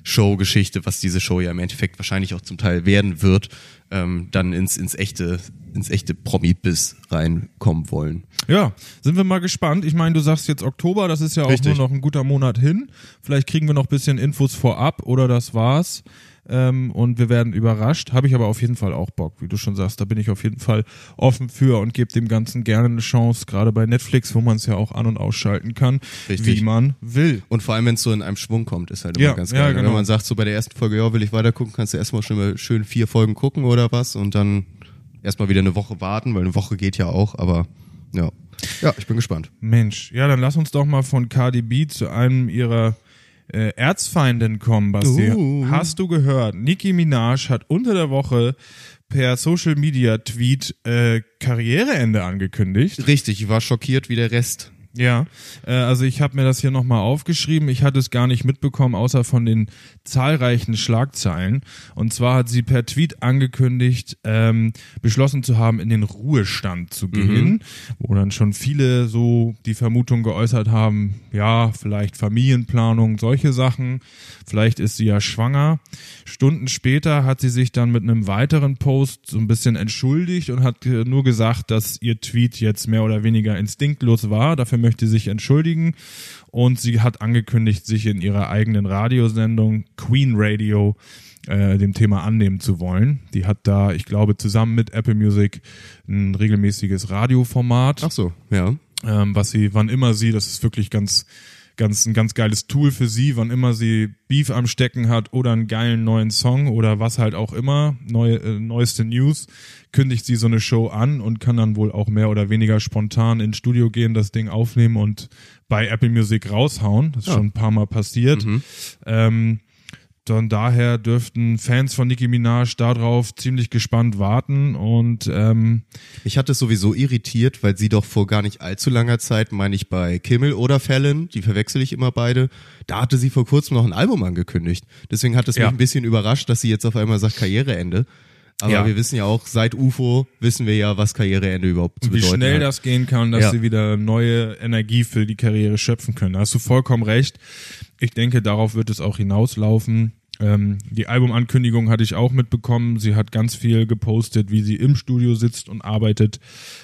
Show-Geschichte, was diese Show ja im Endeffekt wahrscheinlich auch zum Teil werden wird, ähm, dann ins, ins echte, ins echte Promi-Biss reinkommen wollen. Ja, sind wir mal gespannt. Ich meine, du sagst jetzt Oktober, das ist ja auch Richtig. nur noch ein guter Monat hin. Vielleicht kriegen wir noch ein bisschen Infos vorab oder das war's. Ähm, und wir werden überrascht. Habe ich aber auf jeden Fall auch Bock, wie du schon sagst. Da bin ich auf jeden Fall offen für und gebe dem Ganzen gerne eine Chance, gerade bei Netflix, wo man es ja auch an- und ausschalten kann, Richtig. wie man will. Und vor allem, wenn es so in einem Schwung kommt, ist halt immer Ja, ganz ja, geil. genau. Wenn man sagt, so bei der ersten Folge, ja, will ich weiter gucken, kannst du erstmal schon mal schön vier Folgen gucken oder was und dann erstmal wieder eine Woche warten, weil eine Woche geht ja auch, aber ja. Ja, ich bin gespannt. Mensch, ja, dann lass uns doch mal von Cardi B zu einem ihrer äh, Erzfeinden kommen, Basti. Uh. Hast du gehört? Nicki Minaj hat unter der Woche per Social Media Tweet äh, Karriereende angekündigt. Richtig, ich war schockiert wie der Rest. Ja, äh, also ich habe mir das hier nochmal aufgeschrieben. Ich hatte es gar nicht mitbekommen, außer von den zahlreichen Schlagzeilen. Und zwar hat sie per Tweet angekündigt, ähm, beschlossen zu haben, in den Ruhestand zu gehen, mhm. wo dann schon viele so die Vermutung geäußert haben, ja, vielleicht Familienplanung, solche Sachen. Vielleicht ist sie ja schwanger. Stunden später hat sie sich dann mit einem weiteren Post so ein bisschen entschuldigt und hat äh, nur gesagt, dass ihr Tweet jetzt mehr oder weniger instinktlos war. Dafür möchte sie sich entschuldigen und sie hat angekündigt, sich in ihrer eigenen Radiosendung Queen Radio äh, dem Thema annehmen zu wollen. Die hat da, ich glaube, zusammen mit Apple Music ein regelmäßiges Radioformat. Ach so, ja. Ähm, was sie, wann immer sie, das ist wirklich ganz ganz ein ganz geiles Tool für sie, wann immer sie Beef am Stecken hat oder einen geilen neuen Song oder was halt auch immer, neue, äh, neueste News, kündigt sie so eine Show an und kann dann wohl auch mehr oder weniger spontan ins Studio gehen, das Ding aufnehmen und bei Apple Music raushauen. Das ist ja. schon ein paar Mal passiert. Mhm. Ähm, dann daher dürften Fans von Nicki Minaj darauf ziemlich gespannt warten und ähm, ich hatte es sowieso irritiert, weil sie doch vor gar nicht allzu langer Zeit, meine ich bei Kimmel oder Fallon, die verwechsel ich immer beide, da hatte sie vor kurzem noch ein Album angekündigt. Deswegen hat es ja. mich ein bisschen überrascht, dass sie jetzt auf einmal sagt Karriereende. Aber ja. wir wissen ja auch, seit U F O wissen wir ja, was Karriereende überhaupt zu wie bedeuten schnell hat. das gehen kann, dass Ja. sie wieder neue Energie für die Karriere schöpfen können. Da hast du vollkommen recht. Ich denke, darauf wird es auch hinauslaufen. Ähm, die Albumankündigung hatte ich auch mitbekommen. Sie hat ganz viel gepostet, wie sie im Studio sitzt und arbeitet.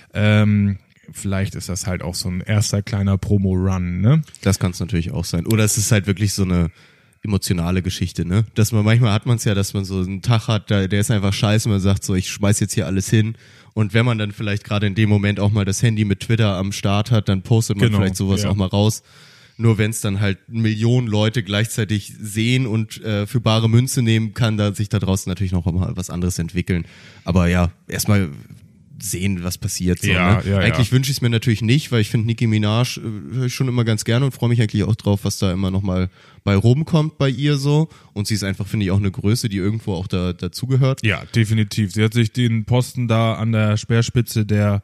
Ähm, vielleicht ist das halt auch so ein erster kleiner Promo-Run, ne? Das kann es natürlich auch sein. Oder es ist halt wirklich so eine emotionale Geschichte, ne? Dass man, manchmal hat man es ja, dass man so einen Tag hat, der, der ist einfach scheiße und man sagt so, ich schmeiß jetzt hier alles hin. Und wenn man dann vielleicht gerade in dem Moment auch mal das Handy mit Twitter am Start hat, dann postet man Genau, vielleicht sowas ja. auch mal raus. Nur wenn es dann halt Millionen Leute gleichzeitig sehen und äh, für bare Münze nehmen, kann da sich da draußen natürlich noch mal was anderes entwickeln. Aber ja, erstmal sehen, was passiert. So, Ja, ne? ja, eigentlich ja. wünsche ich es mir natürlich nicht, weil ich finde Nicki Minaj äh, höre ich schon immer ganz gerne und freue mich eigentlich auch drauf, was da immer noch mal bei rumkommt bei ihr so. Und sie ist einfach, finde ich, auch eine Größe, die irgendwo auch da dazugehört. Ja, definitiv. Sie hat sich den Posten da an der Speerspitze der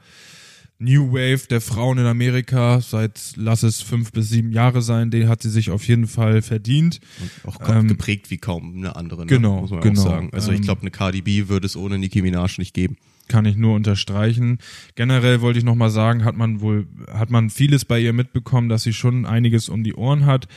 New Wave der Frauen in Amerika seit, lass es fünf bis sieben Jahre sein, den hat sie sich auf jeden Fall verdient. Und auch Ähm, geprägt wie kaum eine andere, ne? genau, muss man genau. auch sagen. Also ich Ähm, glaube, eine Cardi B würde es ohne Nicki Minaj nicht geben. Kann ich nur unterstreichen. Generell wollte ich noch mal sagen, hat man wohl, hat man vieles bei ihr mitbekommen, dass sie schon einiges um die Ohren hat.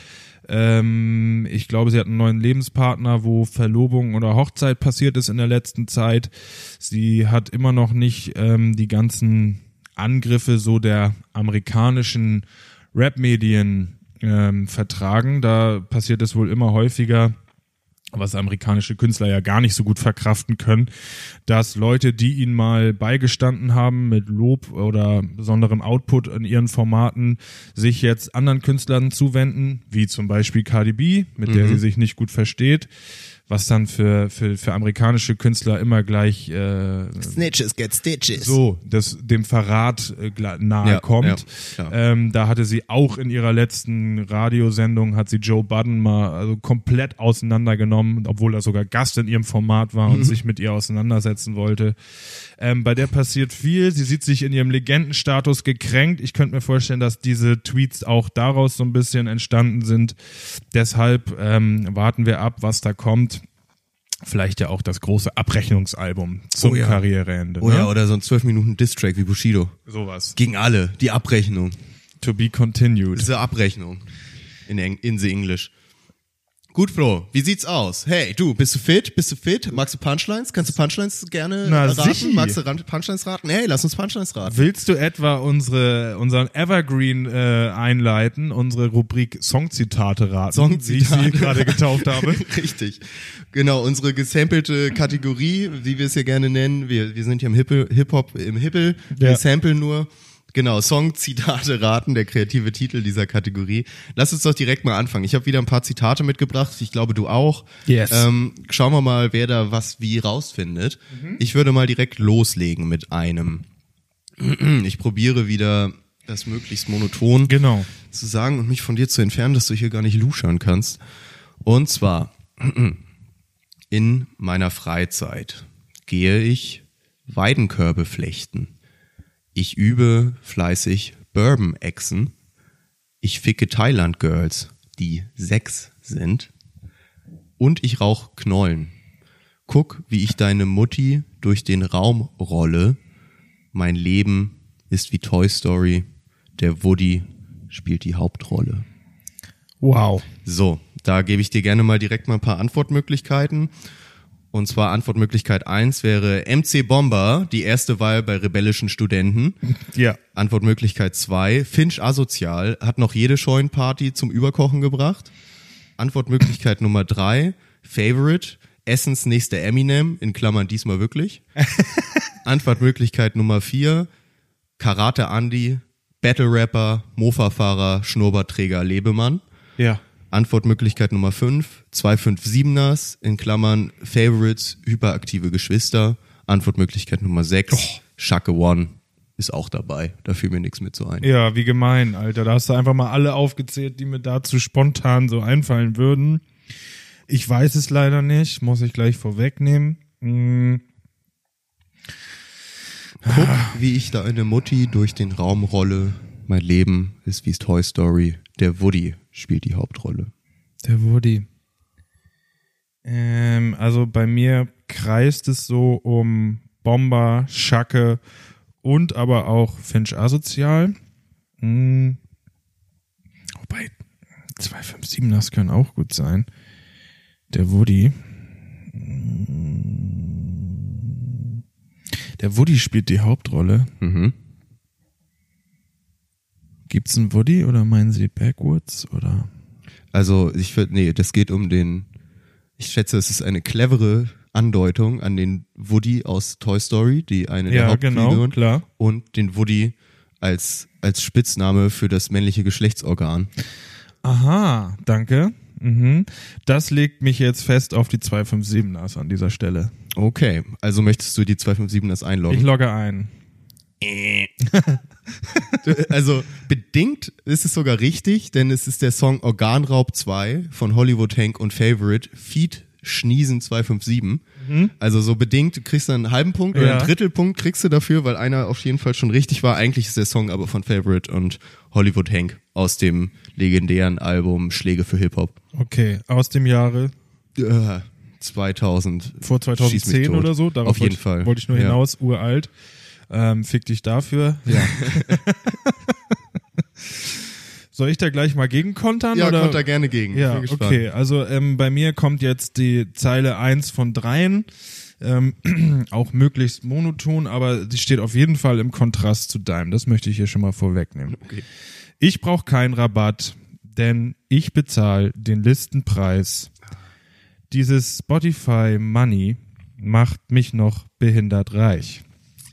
Ähm, ich glaube, sie hat einen neuen Lebenspartner, wo Verlobung oder Hochzeit passiert ist in der letzten Zeit. Sie hat immer noch nicht ähm, die ganzen Angriffe so der amerikanischen Rap-Medien ähm, vertragen. Da passiert es wohl immer häufiger, was amerikanische Künstler ja gar nicht so gut verkraften können, dass Leute, die ihnen mal beigestanden haben mit Lob oder besonderem Output in ihren Formaten, sich jetzt anderen Künstlern zuwenden, wie zum Beispiel Cardi B, mit Mhm. der sie sich nicht gut versteht, was dann für für für amerikanische Künstler immer gleich äh, Snitches get stitches. so das dem Verrat äh, gla- nahe Ja, kommt. ja, klar. ähm, da hatte sie auch in ihrer letzten Radiosendung, hat sie Joe Budden mal also komplett auseinandergenommen, obwohl er sogar Gast in ihrem Format war und Mhm. sich mit ihr auseinandersetzen wollte. Ähm, bei der passiert viel. Sie sieht sich in ihrem Legendenstatus gekränkt. Ich könnte mir vorstellen, dass diese Tweets auch daraus so ein bisschen entstanden sind. Deshalb ähm, warten wir ab, was da kommt. Vielleicht ja auch das große Abrechnungsalbum zum Oh ja. Karriereende. Oh ne? ja, oder so ein zwölf Minuten Diss-Track wie Bushido. Sowas. Gegen alle. Die Abrechnung. To be continued. Diese Abrechnung. In, Eng in the English. Gut, Flo, wie sieht's aus? Hey, du, bist du fit? Bist du fit? Magst du Punchlines? Kannst du Punchlines gerne Na, raten? sicher. Magst du Ran- Punchlines raten? Hey, lass uns Punchlines raten. Willst du etwa unsere unseren Evergreen äh, einleiten, unsere Rubrik Songzitate raten, Songzitate. wie ich sie gerade getauft habe? Richtig. Genau, unsere gesampelte Kategorie, wie wir es hier gerne nennen. Wir, wir sind hier im Hippel, Hip-Hop, im Hippel. Wir Ja. samplen nur. Genau, Song, Zitate raten, der kreative Titel dieser Kategorie. Lass uns doch direkt mal anfangen. Ich habe wieder ein paar Zitate mitgebracht. Ich glaube, du auch. Yes. Ähm, schauen wir mal, wer da was wie rausfindet. Mhm. Ich würde mal direkt loslegen mit einem. Ich probiere wieder, das möglichst monoton Genau. zu sagen und mich von dir zu entfernen, dass du hier gar nicht luschern kannst. Und zwar, in meiner Freizeit gehe ich Weidenkörbe flechten. Ich übe fleißig Bourbon-Echsen. Ich ficke Thailand-Girls, die sechs sind. Und ich rauch Knollen. Guck, wie ich deine Mutti durch den Raum rolle. Mein Leben ist wie Toy Story. Der Woody spielt die Hauptrolle. Wow. So, da gebe ich dir gerne mal direkt mal ein paar Antwortmöglichkeiten. Und zwar Antwortmöglichkeit eins wäre M C Bomber, die erste Wahl bei rebellischen Studenten. Ja. Antwortmöglichkeit zwei, Finch asozial, hat noch jede Scheunenparty zum Überkochen gebracht. Antwortmöglichkeit Nummer drei, Favorite, Essens nächster Eminem, in Klammern diesmal wirklich. Antwortmöglichkeit Nummer vier, Karate Andy, Battle Rapper, Mofa-Fahrer, Schnurrbartträger, Lebemann. Ja. Antwortmöglichkeit Nummer fünf, zwei fünf siebeners, in Klammern Favorites, hyperaktive Geschwister. Antwortmöglichkeit Nummer sechs, oh. Shaka One ist auch dabei. Da fiel mir nichts mit so ein. Ja, wie gemein, Alter. Da hast du einfach mal alle aufgezählt, die mir dazu spontan so einfallen würden. Ich weiß es leider nicht, muss ich gleich vorwegnehmen. Hm. Guck, wie ich da eine Mutti durch den Raum rolle. Mein Leben ist wie Toy Story. Der Woody spielt die Hauptrolle. Der Woody. Ähm, also bei mir kreist es so um Bomber, Schacke und aber auch Finch asozial. Hm. Wobei zwei fünf siebeners können auch gut sein. Der Woody. Der Woody spielt die Hauptrolle. Mhm. Gibt's einen Woody oder meinen Sie Backwoods oder? Also ich würde, nee, das geht um den, ich schätze, es ist eine clevere Andeutung an den Woody aus Toy Story, die eine der Ja, Hauptfiguren, genau, klar. und den Woody als als Spitzname für das männliche Geschlechtsorgan. Aha, danke. Mhm. Das legt mich jetzt fest auf die zwei fünf siebeners an dieser Stelle. Okay, also möchtest du die zwei fünf siebeners einloggen? Ich logge ein. Also bedingt ist es sogar richtig, denn es ist der Song Organraub zwei von Hollywood Hank und Favorite, Feed Schniesen zwei fünf sieben. Mhm. Also so bedingt, du kriegst dann einen halben Punkt oder Ja. einen Drittelpunkt kriegst du dafür, weil einer auf jeden Fall schon richtig war. Eigentlich ist der Song aber von Favorite und Hollywood Hank aus dem legendären Album Schläge für Hip-Hop. Okay, aus dem Jahre Äh, zweitausend. vor Schieß mich zweitausendzehn tot. oder so. Darauf Auf jeden wollte, Fall. Wollte ich nur Ja. hinaus, uralt. Ähm, fick dich dafür. Ja. Soll ich da gleich mal gegenkontern? Ja, oder? kommt da gerne gegen. Ja, Bin gespannt. okay. Also ähm, bei mir kommt jetzt die Zeile eins von dreien. Ähm, auch möglichst monoton, aber sie steht auf jeden Fall im Kontrast zu deinem. Das möchte ich hier schon mal vorwegnehmen. Okay. Ich brauche keinen Rabatt, denn ich bezahle den Listenpreis. Dieses Spotify Money macht mich noch behindert reich.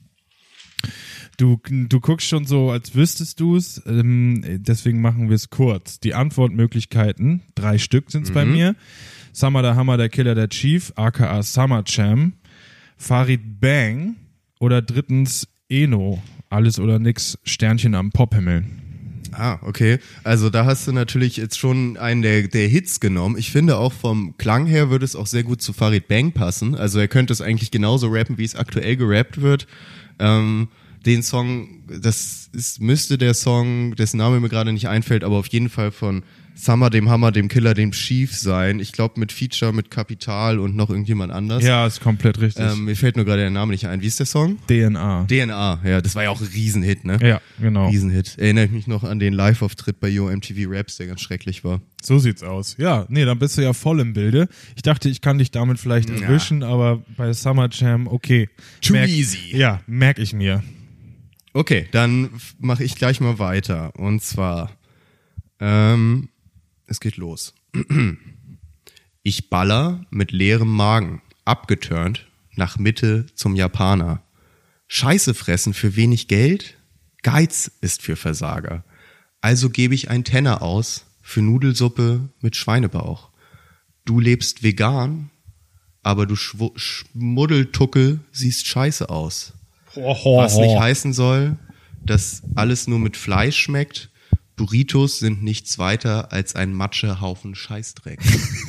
Du, du guckst schon so, als wüsstest du es, ähm, deswegen machen wir es kurz. Die Antwortmöglichkeiten, drei Stück sind es mhm. bei mir. Summer der Hammer, der Killer, der Chief, aka Summer Jam, Farid Bang oder drittens Eno, alles oder nix, Sternchen am Pophimmel. Ah, okay. Also da hast du natürlich jetzt schon einen der, der Hits genommen. Ich finde auch vom Klang her würde es auch sehr gut zu Farid Bang passen. Also er könnte es eigentlich genauso rappen, wie es aktuell gerappt wird. Ähm, den Song, das ist, müsste der Song, dessen Name mir gerade nicht einfällt, aber auf jeden Fall von Summer, dem Hammer, dem Killer, dem Chief sein. Ich glaube mit Feature, mit Kapital und noch irgendjemand anders. Ja, ist komplett richtig. Ähm, mir fällt nur gerade der Name nicht ein. Wie ist der Song? D N A. D N A, ja, das war ja auch ein Riesenhit, ne? Ja, genau. Riesenhit. Erinnere ich mich noch an den Live-Auftritt bei Yo M T V Raps, der ganz schrecklich war. So sieht's aus. Ja, nee, dann bist du ja voll im Bilde. Ich dachte, ich kann dich damit vielleicht erwischen, ja. aber bei Summer Jam, okay. Too merk, easy. Ja, merk ich mir. Okay, dann mache ich gleich mal weiter. Und zwar, ähm, es geht los. Ich baller mit leerem Magen, abgeturnt, nach Mitte zum Japaner. Scheiße fressen für wenig Geld? Geiz ist für Versager. Also gebe ich ein Tenner aus für Nudelsuppe mit Schweinebauch. Du lebst vegan, aber du Schw- Schmuddeltuckel siehst scheiße aus. Was nicht heißen soll, dass alles nur mit Fleisch schmeckt. Burritos sind nichts weiter als ein Matschehaufen Scheißdreck.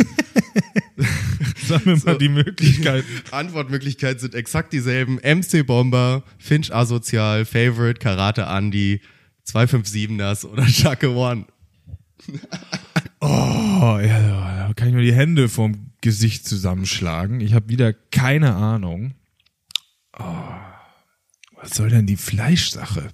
Sag mir mal So. die Möglichkeiten. Antwortmöglichkeiten sind exakt dieselben. M C Bomber, Finch Asozial, Favorite, Karate Andy, zwei fünf siebeners oder Shaka One. Oh, ja, da kann ich mir die Hände vom Gesicht zusammenschlagen. Ich habe wieder keine Ahnung. Oh, was soll denn die Fleischsache?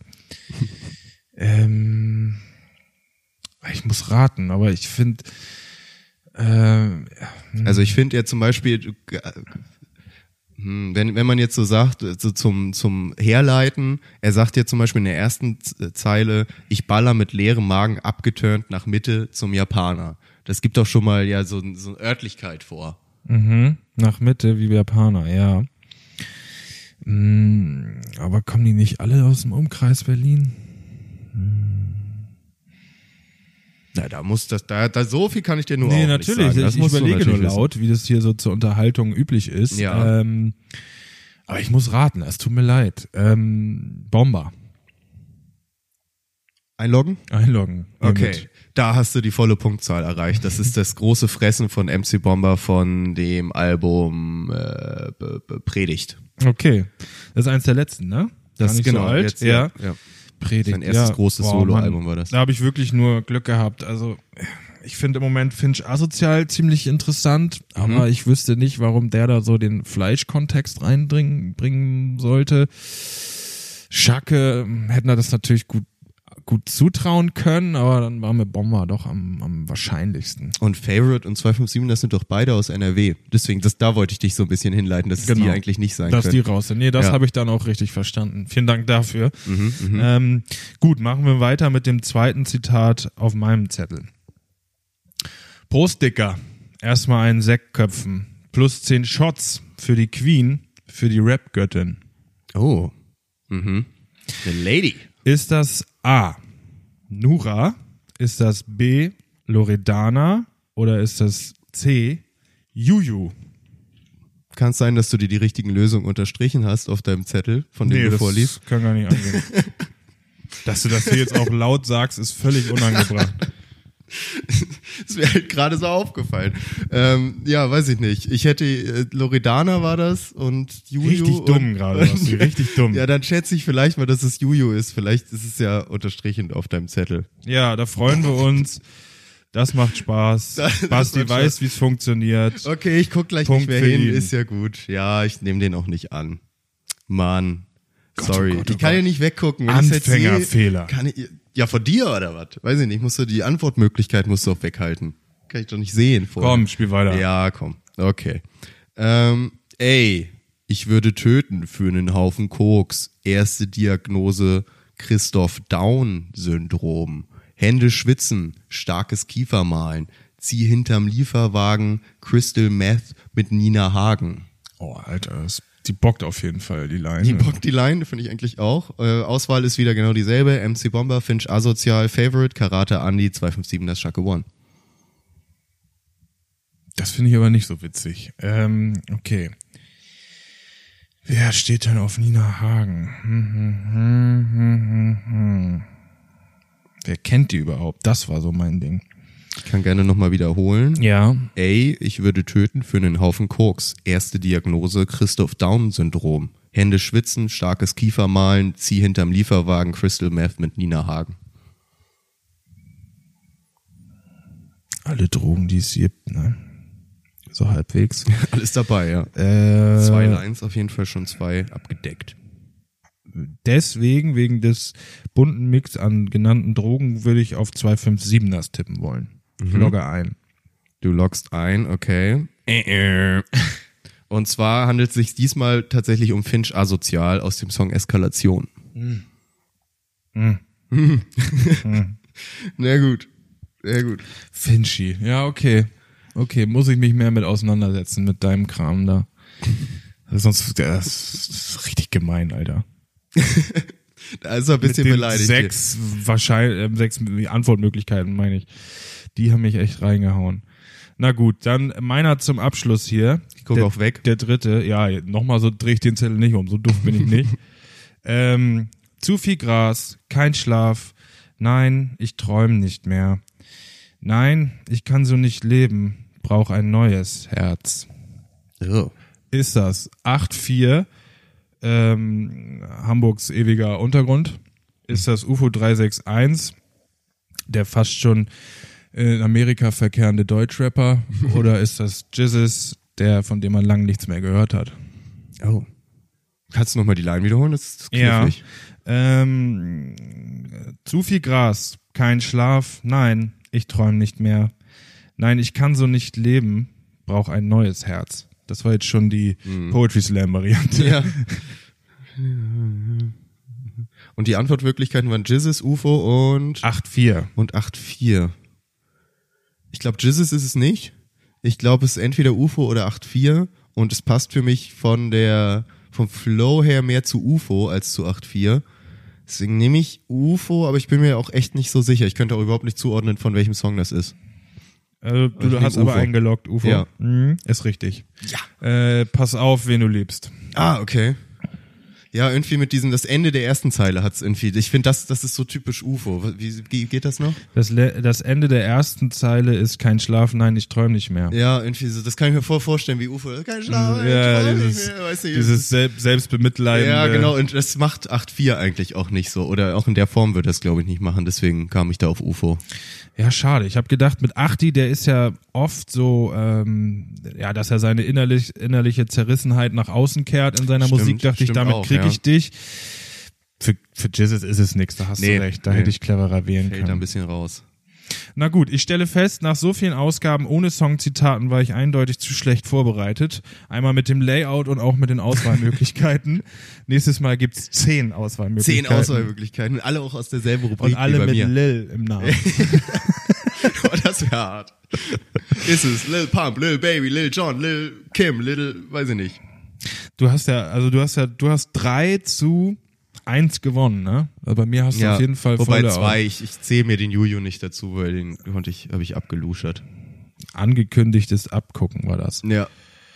ähm, ich muss raten, aber ich finde... Ähm, Also ich finde ja zum Beispiel, du, äh, hm, wenn, wenn man jetzt so sagt, so zum, zum Herleiten, er sagt ja zum Beispiel in der ersten Z- Zeile, ich baller mit leerem Magen abgeturnt nach Mitte zum Japaner. Das gibt doch schon mal ja so, so eine Örtlichkeit vor. Mhm, nach Mitte wie Japaner, ja. Mm, aber kommen die nicht alle aus dem Umkreis Berlin? Na, da muss das, da, da so viel kann ich dir nur Nee, auch natürlich. nicht sagen. Das ich musst du überlege nur natürlich wissen. laut, wie das hier so zur Unterhaltung üblich ist. Ja. Ähm, aber ich muss raten, es tut mir leid. Ähm, Bomber. Einloggen? Einloggen. Okay, Hiermit. da hast du die volle Punktzahl erreicht. Das ist das große Fressen von M C Bomber von dem Album äh, B- B- Predigt. Okay. Das ist eins der letzten, ne? Das Gar nicht ist genau so alt. jetzt, ja. ja. Predigt. Sein erstes ja. großes Boah, Soloalbum Mann. war das. Da habe ich wirklich nur Glück gehabt. Also ich finde im Moment Finch Asozial ziemlich interessant, aber Mhm. ich wüsste nicht, warum der da so den Fleischkontext reinbringen bringen sollte. Schacke hätten wir das natürlich gut gut zutrauen können, aber dann war mir Bomber doch am, am wahrscheinlichsten. Und Favorite und zwei fünf sieben, das sind doch beide aus N R W. Deswegen, das, da wollte ich dich so ein bisschen hinleiten, dass es die eigentlich nicht sein Dass können. die raus sind. Nee, das Ja. habe ich dann auch richtig verstanden. Vielen Dank dafür. Mhm, mhm. Ähm, gut, machen wir weiter mit dem zweiten Zitat auf meinem Zettel. Prost, Dicker. Erstmal einen Sekt köpfen. Plus zehn Shots für die Queen, für die Rap-Göttin. Oh. Mhm. The Lady. Ist das A. Nura? Ist das B. Loredana? Oder ist das C. Juju? Kann es sein, dass du dir die richtigen Lösungen unterstrichen hast auf deinem Zettel, von dem du das vorliest? kann gar nicht angehen. Dass du das hier jetzt auch laut sagst, ist völlig unangebracht. Das wäre halt gerade so aufgefallen. Ähm, ja, weiß ich nicht. Ich hätte, äh, Loredana war das und Juju. Richtig dumm und, gerade, Basti, richtig dumm. Ja, dann schätze ich vielleicht mal, dass es Juju ist. Vielleicht ist es ja unterstrichen auf deinem Zettel. Ja, da freuen wir uns. Das macht Spaß. Das- das Basti macht weiß, Spaß. wie es funktioniert. Okay, ich guck gleich Punkt nicht mehr für hin. ihn. Ist ja gut. Ja, ich nehme den auch nicht an. Mann. Gott, Sorry. oh Gott, oh ich kann Gott. ja nicht weggucken. Wenn ich's jetzt sehe, Anfängerfehler. Kann ich, ja, von dir oder was? Weiß ich nicht. Musst du die Antwortmöglichkeit musst du auch weghalten. Kann ich doch nicht sehen vorher. Komm, spiel weiter. Ja, komm. Okay. Ähm, ey, ich würde töten für einen Haufen Koks. Erste Diagnose Christoph-Down-Syndrom. Hände schwitzen, starkes Kiefermalen. Zieh hinterm Lieferwagen Crystal Meth mit Nina Hagen. Oh, Alter, das, die bockt auf jeden Fall, die Line. Die bockt die Line, finde ich eigentlich auch. Äh, Auswahl ist wieder genau dieselbe. M C Bomber, Finch Asozial, Favorite, Karate Andy, zwei fünf sieben, das Shaka One. Das finde ich aber nicht so witzig. Ähm, okay. Wer steht denn auf Nina Hagen? Hm, hm, hm, hm, hm, hm. Wer kennt die überhaupt? Das war so mein Ding. Ich kann gerne nochmal wiederholen. Ja. Ey, ich würde töten für einen Haufen Koks. Erste Diagnose Christoph-Down-Syndrom. Hände schwitzen, starkes Kiefermalen, zieh hinterm Lieferwagen Crystal Meth mit Nina Hagen. Alle Drogen, die es gibt, ne? So halbwegs. Alles dabei, ja. Äh, Zwei Lines, auf jeden Fall schon zwei abgedeckt. Deswegen, wegen des bunten Mix an genannten Drogen, würde ich auf zwei fünf sieben das tippen wollen. Ich Mhm. logge ein. Du loggst ein, okay. Und zwar handelt es sich diesmal tatsächlich um Finch Asozial aus dem Song Eskalation. Mhm. Na gut, sehr gut. Finchy, ja, okay. Okay, muss ich mich mehr mit auseinandersetzen, mit deinem Kram da. Sonst, das ist richtig gemein, Alter. Da ist er ein bisschen mit den beleidigt. Sechs, wahrscheinlich, äh, sechs Antwortmöglichkeiten, meine ich. Die haben mich echt reingehauen. Na gut, dann meiner zum Abschluss hier. Ich gucke der, auch weg. Der dritte, ja, nochmal so drehe ich den Zettel nicht um, so doof bin ich nicht. ähm, zu viel Gras, kein Schlaf, nein, ich träume nicht mehr. Nein, ich kann so nicht leben, brauche ein neues Herz. Oh. Ist das acht vier, ähm, Hamburgs ewiger Untergrund? Ist das U F O drei sechs eins, der fast schon in Amerika verkehrende Deutschrapper? Oder ist das Jizzes, der, von dem man lange nichts mehr gehört hat? Oh. Kannst du nochmal die Line wiederholen? Das ist Ja. knifflig. Ähm, zu viel Gras, kein Schlaf, nein, ich träume nicht mehr. Nein, ich kann so nicht leben, brauche ein neues Herz. Das war jetzt schon die Mhm. Poetry Slam Variante. Ja. Und die Antwortmöglichkeiten waren Jizzes, U F O und acht vier. und acht vier. Ich glaube, Jizzes ist es nicht. Ich glaube, es ist entweder U F O oder acht vier und es passt für mich von der vom Flow her mehr zu U F O als zu acht vier. Deswegen nehme ich U F O, aber ich bin mir auch echt nicht so sicher. Ich könnte auch überhaupt nicht zuordnen, von welchem Song das ist. Also, Ich du nehm hast aber U F O. eingeloggt, U F O. Ja. Mhm, ist richtig. Ja. Äh, pass auf, wen du liebst. Ah, okay. Ja, irgendwie mit diesem, das Ende der ersten Zeile hat's irgendwie. Ich finde, das, das ist so typisch U F O. Wie, wie geht das noch? Das, Le- das Ende der ersten Zeile ist kein Schlaf, nein, ich träume nicht mehr. Ja, irgendwie so, das kann ich mir voll vorstellen, wie U F O. Kein Schlaf, Mhm, ja, ich träum nicht dieses, mehr, weißt du, dieses Sel- Selbstbemitleiden. Ja, genau, und das macht acht vier eigentlich auch nicht so. Oder auch in der Form wird das, glaube ich, nicht machen. Deswegen kam ich da auf U F O. Ja, schade. Ich habe gedacht, mit Achti, der ist ja oft so, ähm, ja, dass er seine innerlich, innerliche Zerrissenheit nach außen kehrt in seiner Stimmt, Musik. Dachte ich, stimmt damit auch, krieg ja. ich dich. Für, für Jizzes ist es nix, da hast Nee, du recht. Da nee. hätte ich cleverer wählen Fällt da ein können. bisschen raus. Na gut, ich stelle fest, nach so vielen Ausgaben ohne Songzitaten war ich eindeutig zu schlecht vorbereitet. Einmal mit dem Layout und auch mit den Auswahlmöglichkeiten. Nächstes Mal gibt's zehn Auswahlmöglichkeiten. Zehn Auswahlmöglichkeiten, alle auch aus derselben Rubrik Und alle wie bei mit mir. Lil im Namen. Oh, das wäre hart. Ist es Lil Pump, Lil Baby, Lil Jon, Lil Kim, Lil, weiß ich nicht. Du hast ja, also du hast ja, du hast drei zu eins gewonnen, ne? Also bei mir hast du auf jeden Fall wobei volle zwei, ich, ich zähle mir den Juju nicht dazu, weil den konnte ich, habe ich abgeluschert. angekündigtes Abgucken war das. Ja.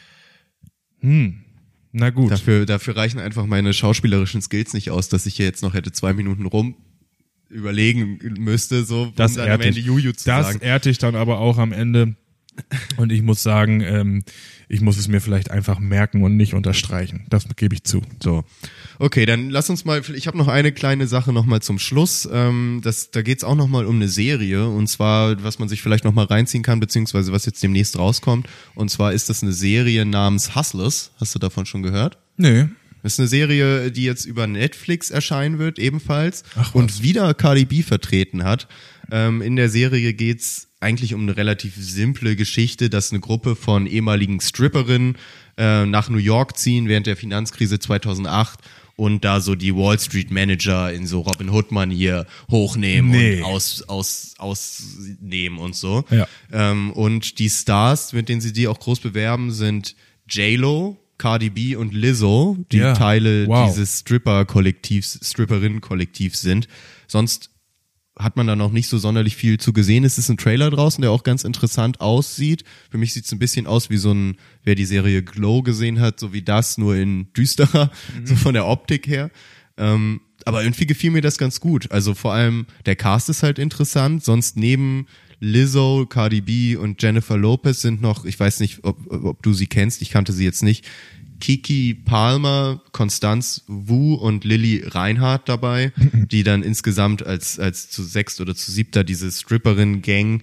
Hm. Na gut. Dafür, dafür reichen einfach meine schauspielerischen Skills nicht aus, dass ich hier jetzt noch hätte zwei Minuten rum überlegen müsste, so um Das dann am ehrt Ende dich. Juju zu Das sagen. ehrt dich dann aber auch am Ende. Und ich muss sagen, ähm, ich muss es mir vielleicht einfach merken und nicht unterstreichen. Das gebe ich zu. So, okay, dann lass uns mal, ich habe noch eine kleine Sache noch mal zum Schluss. Ähm, das, da geht's auch noch mal um eine Serie und zwar, was man sich vielleicht noch mal reinziehen kann, beziehungsweise was jetzt demnächst rauskommt. Und zwar ist das eine Serie namens Hustlers. Hast du davon schon gehört? Nö. Das ist eine Serie, die jetzt über Netflix erscheinen wird, ebenfalls. Ach, was. Und wieder Cardi B vertreten hat. Ähm, in der Serie geht's eigentlich um eine relativ simple Geschichte, dass eine Gruppe von ehemaligen Stripperinnen äh, nach New York ziehen während der Finanzkrise zweitausendacht und da so die Wall Street Manager in so Robin Hood Manier hochnehmen Nee. und aus, aus, ausnehmen und so. Ja. Ähm, und die Stars, mit denen sie die auch groß bewerben, sind J-Lo, Cardi B und Lizzo, die Ja. Teile Wow. dieses Stripper-Kollektivs, Stripperinnen-Kollektivs sind. Sonst hat man da noch nicht so sonderlich viel zu gesehen. Es ist ein Trailer draußen, der auch ganz interessant aussieht. Für mich sieht es ein bisschen aus wie so ein, wer die Serie Glow gesehen hat, so wie das, nur in düsterer, so von der Optik her. Ähm, aber irgendwie gefiel mir das ganz gut. Also vor allem der Cast ist halt interessant. Sonst neben Lizzo, Cardi B und Jennifer Lopez sind noch, ich weiß nicht, ob, ob du sie kennst, ich kannte sie jetzt nicht, Kiki Palmer, Constance Wu und Lilly Reinhardt dabei, die dann insgesamt als als zu sechst oder zu siebter diese Stripperin-Gang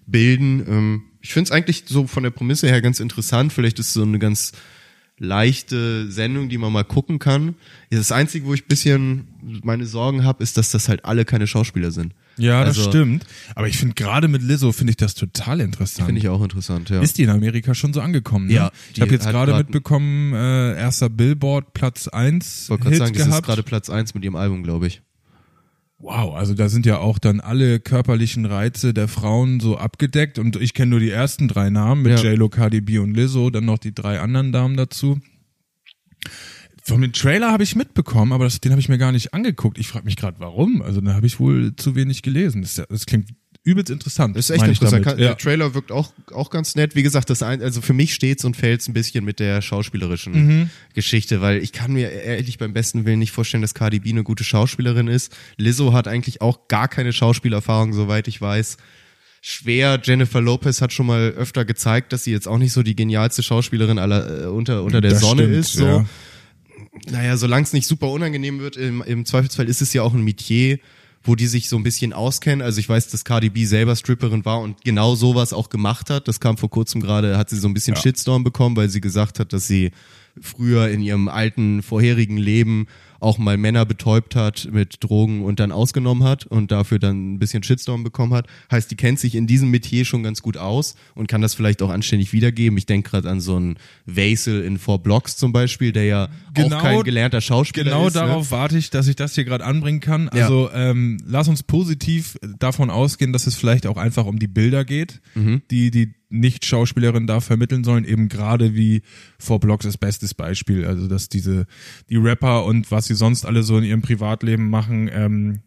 bilden. Ähm, ich finde es eigentlich so von der Prämisse her ganz interessant. Vielleicht ist es so eine ganz leichte Sendung, die man mal gucken kann. Das Einzige, wo ich ein bisschen meine Sorgen habe, ist, dass das halt alle keine Schauspieler sind. Ja, das Also, stimmt. Aber ich finde gerade mit Lizzo finde ich das total interessant. Finde ich auch interessant, ja. Ist die in Amerika schon so angekommen? Ne? Ja, ich habe die jetzt hat gerade grad- mitbekommen, äh, erster Billboard Platz eins Ich wollte gerade Hit sagen, das ist gehabt. gerade Platz eins mit ihrem Album, glaube ich. Wow, also da sind ja auch dann alle körperlichen Reize der Frauen so abgedeckt und ich kenne nur die ersten drei Namen mit Ja. J-Lo, Cardi B und Lizzo, dann noch die drei anderen Damen dazu. Von dem Trailer habe ich mitbekommen, aber das, den habe ich mir gar nicht angeguckt. Ich frage mich gerade, warum? Also da habe ich wohl zu wenig gelesen. Das, ist ja, das klingt übelst interessant. Das ist echt meine ich interessant. damit. Der Ja. Trailer wirkt auch, auch ganz nett. Wie gesagt, das ein, also für mich steht's und fällt's ein bisschen mit der schauspielerischen Mhm. Geschichte, weil ich kann mir ehrlich beim besten Willen nicht vorstellen, dass Cardi B eine gute Schauspielerin ist. Lizzo hat eigentlich auch gar keine Schauspielerfahrung, soweit ich weiß. Schwer, Jennifer Lopez hat schon mal öfter gezeigt, dass sie jetzt auch nicht so die genialste Schauspielerin aller, äh, unter, unter der Das Sonne stimmt, ist. So. ja. Naja, solange es nicht super unangenehm wird, im, im Zweifelsfall ist es ja auch ein Metier, wo die sich so ein bisschen auskennen. Also ich weiß, dass Cardi B selber Stripperin war und genau sowas auch gemacht hat. Das kam vor kurzem gerade, hat sie so ein bisschen Ja. Shitstorm bekommen, weil sie gesagt hat, dass sie früher in ihrem alten, vorherigen Leben auch mal Männer betäubt hat mit Drogen und dann ausgenommen hat und dafür dann ein bisschen Shitstorm bekommen hat. Heißt, die kennt sich in diesem Metier schon ganz gut aus und kann das vielleicht auch anständig wiedergeben. Ich denke gerade an so einen Vaisel in Four Blocks zum Beispiel, der ja Genau- auch kein gelernter Schauspieler Genau ist. darauf warte ich, dass ich das hier gerade anbringen kann. Ja. Also ähm, lass uns positiv davon ausgehen, dass es vielleicht auch einfach um die Bilder geht, Mhm. die die Nicht-Schauspielerin da vermitteln sollen. Eben gerade wie Four Blocks ist bestes Beispiel. Also dass diese die Rapper und was sie sonst alle so in ihrem Privatleben machen, ähm,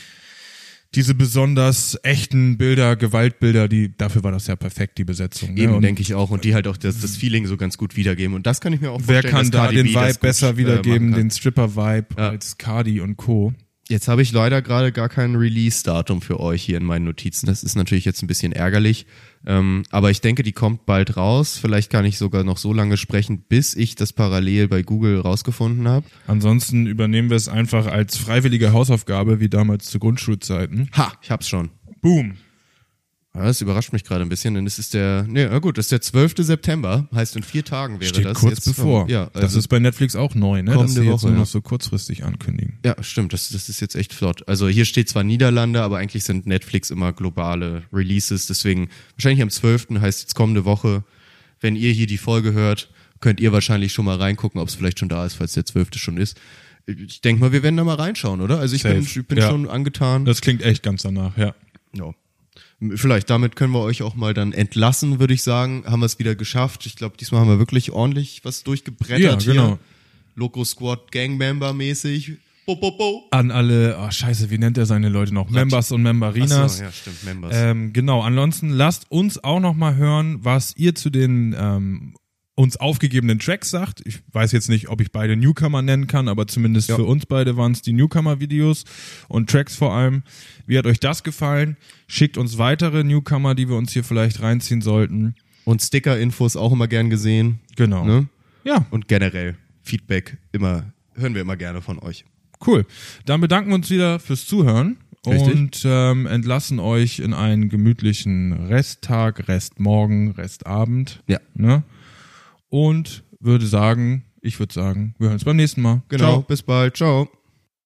diese besonders echten Bilder, Gewaltbilder, die dafür war das ja perfekt, die Besetzung. Ne? Eben, Und denke ich auch. Und die halt auch das, das Feeling so ganz gut wiedergeben. Und das kann ich mir auch wer vorstellen, kann dass da Cardi den B das Vibe gut, besser äh, wiedergeben, machen kann. den Stripper-Vibe Ja. als Cardi und Co. Jetzt habe ich leider gerade gar kein Release-Datum für euch hier in meinen Notizen. Das ist natürlich jetzt ein bisschen ärgerlich. Ähm, aber ich denke, die kommt bald raus. Vielleicht kann ich sogar noch so lange sprechen, bis ich das parallel bei Google rausgefunden habe. Ansonsten übernehmen wir es einfach als freiwillige Hausaufgabe, wie damals zu Grundschulzeiten. Ha, ich hab's schon. Boom. Ja, das überrascht mich gerade ein bisschen, denn es ist der, nee, na gut, das ist der zwölfte September, heißt in vier Tagen wäre Steht das. kurz jetzt, bevor. Ja, das also, ist bei Netflix auch neu, ne? Dass kommende sie jetzt Woche, nur ja. noch so kurzfristig ankündigen. ja, stimmt, das, das ist jetzt echt flott. Also hier steht zwar Niederlande, aber eigentlich sind Netflix immer globale Releases, deswegen wahrscheinlich am zwölften heißt jetzt kommende Woche, wenn ihr hier die Folge hört, könnt ihr wahrscheinlich schon mal reingucken, ob es vielleicht schon da ist, falls der zwölfte schon ist. Ich denke mal, wir werden da mal reinschauen, oder? Also ich Safe. bin, ich bin Ja. schon angetan. Das klingt echt ganz danach, ja. Ja. Vielleicht, damit können wir euch auch mal dann entlassen, würde ich sagen. Haben wir es wieder geschafft. Ich glaube, diesmal haben wir wirklich ordentlich was durchgebrettert Ja, genau. hier. Loco Squad Gangmember mäßig. Bo, bo, bo. An alle, oh scheiße, wie nennt er seine Leute noch? Members und Memberinas. Ach so, ja, stimmt, Members. Ähm, genau, ansonsten lasst uns auch noch mal hören, was ihr zu den ähm, uns aufgegebenen Tracks sagt. Ich weiß jetzt nicht, ob ich beide Newcomer nennen kann, aber zumindest Ja. für uns beide waren es die Newcomer-Videos und Tracks vor allem. Wie hat euch das gefallen? Schickt uns weitere Newcomer, die wir uns hier vielleicht reinziehen sollten. Und Sticker-Infos auch immer gern gesehen. Genau. Ne? Ja, Und generell Feedback immer, hören wir immer gerne von euch. cool. Dann bedanken wir uns wieder fürs Zuhören. Richtig. Und ähm, entlassen euch in einen gemütlichen Resttag, Restmorgen, Restabend. Ja. Ne? Und würde sagen, ich würde sagen, wir hören uns beim nächsten Mal. Genau, Ciao. bis bald. Ciao.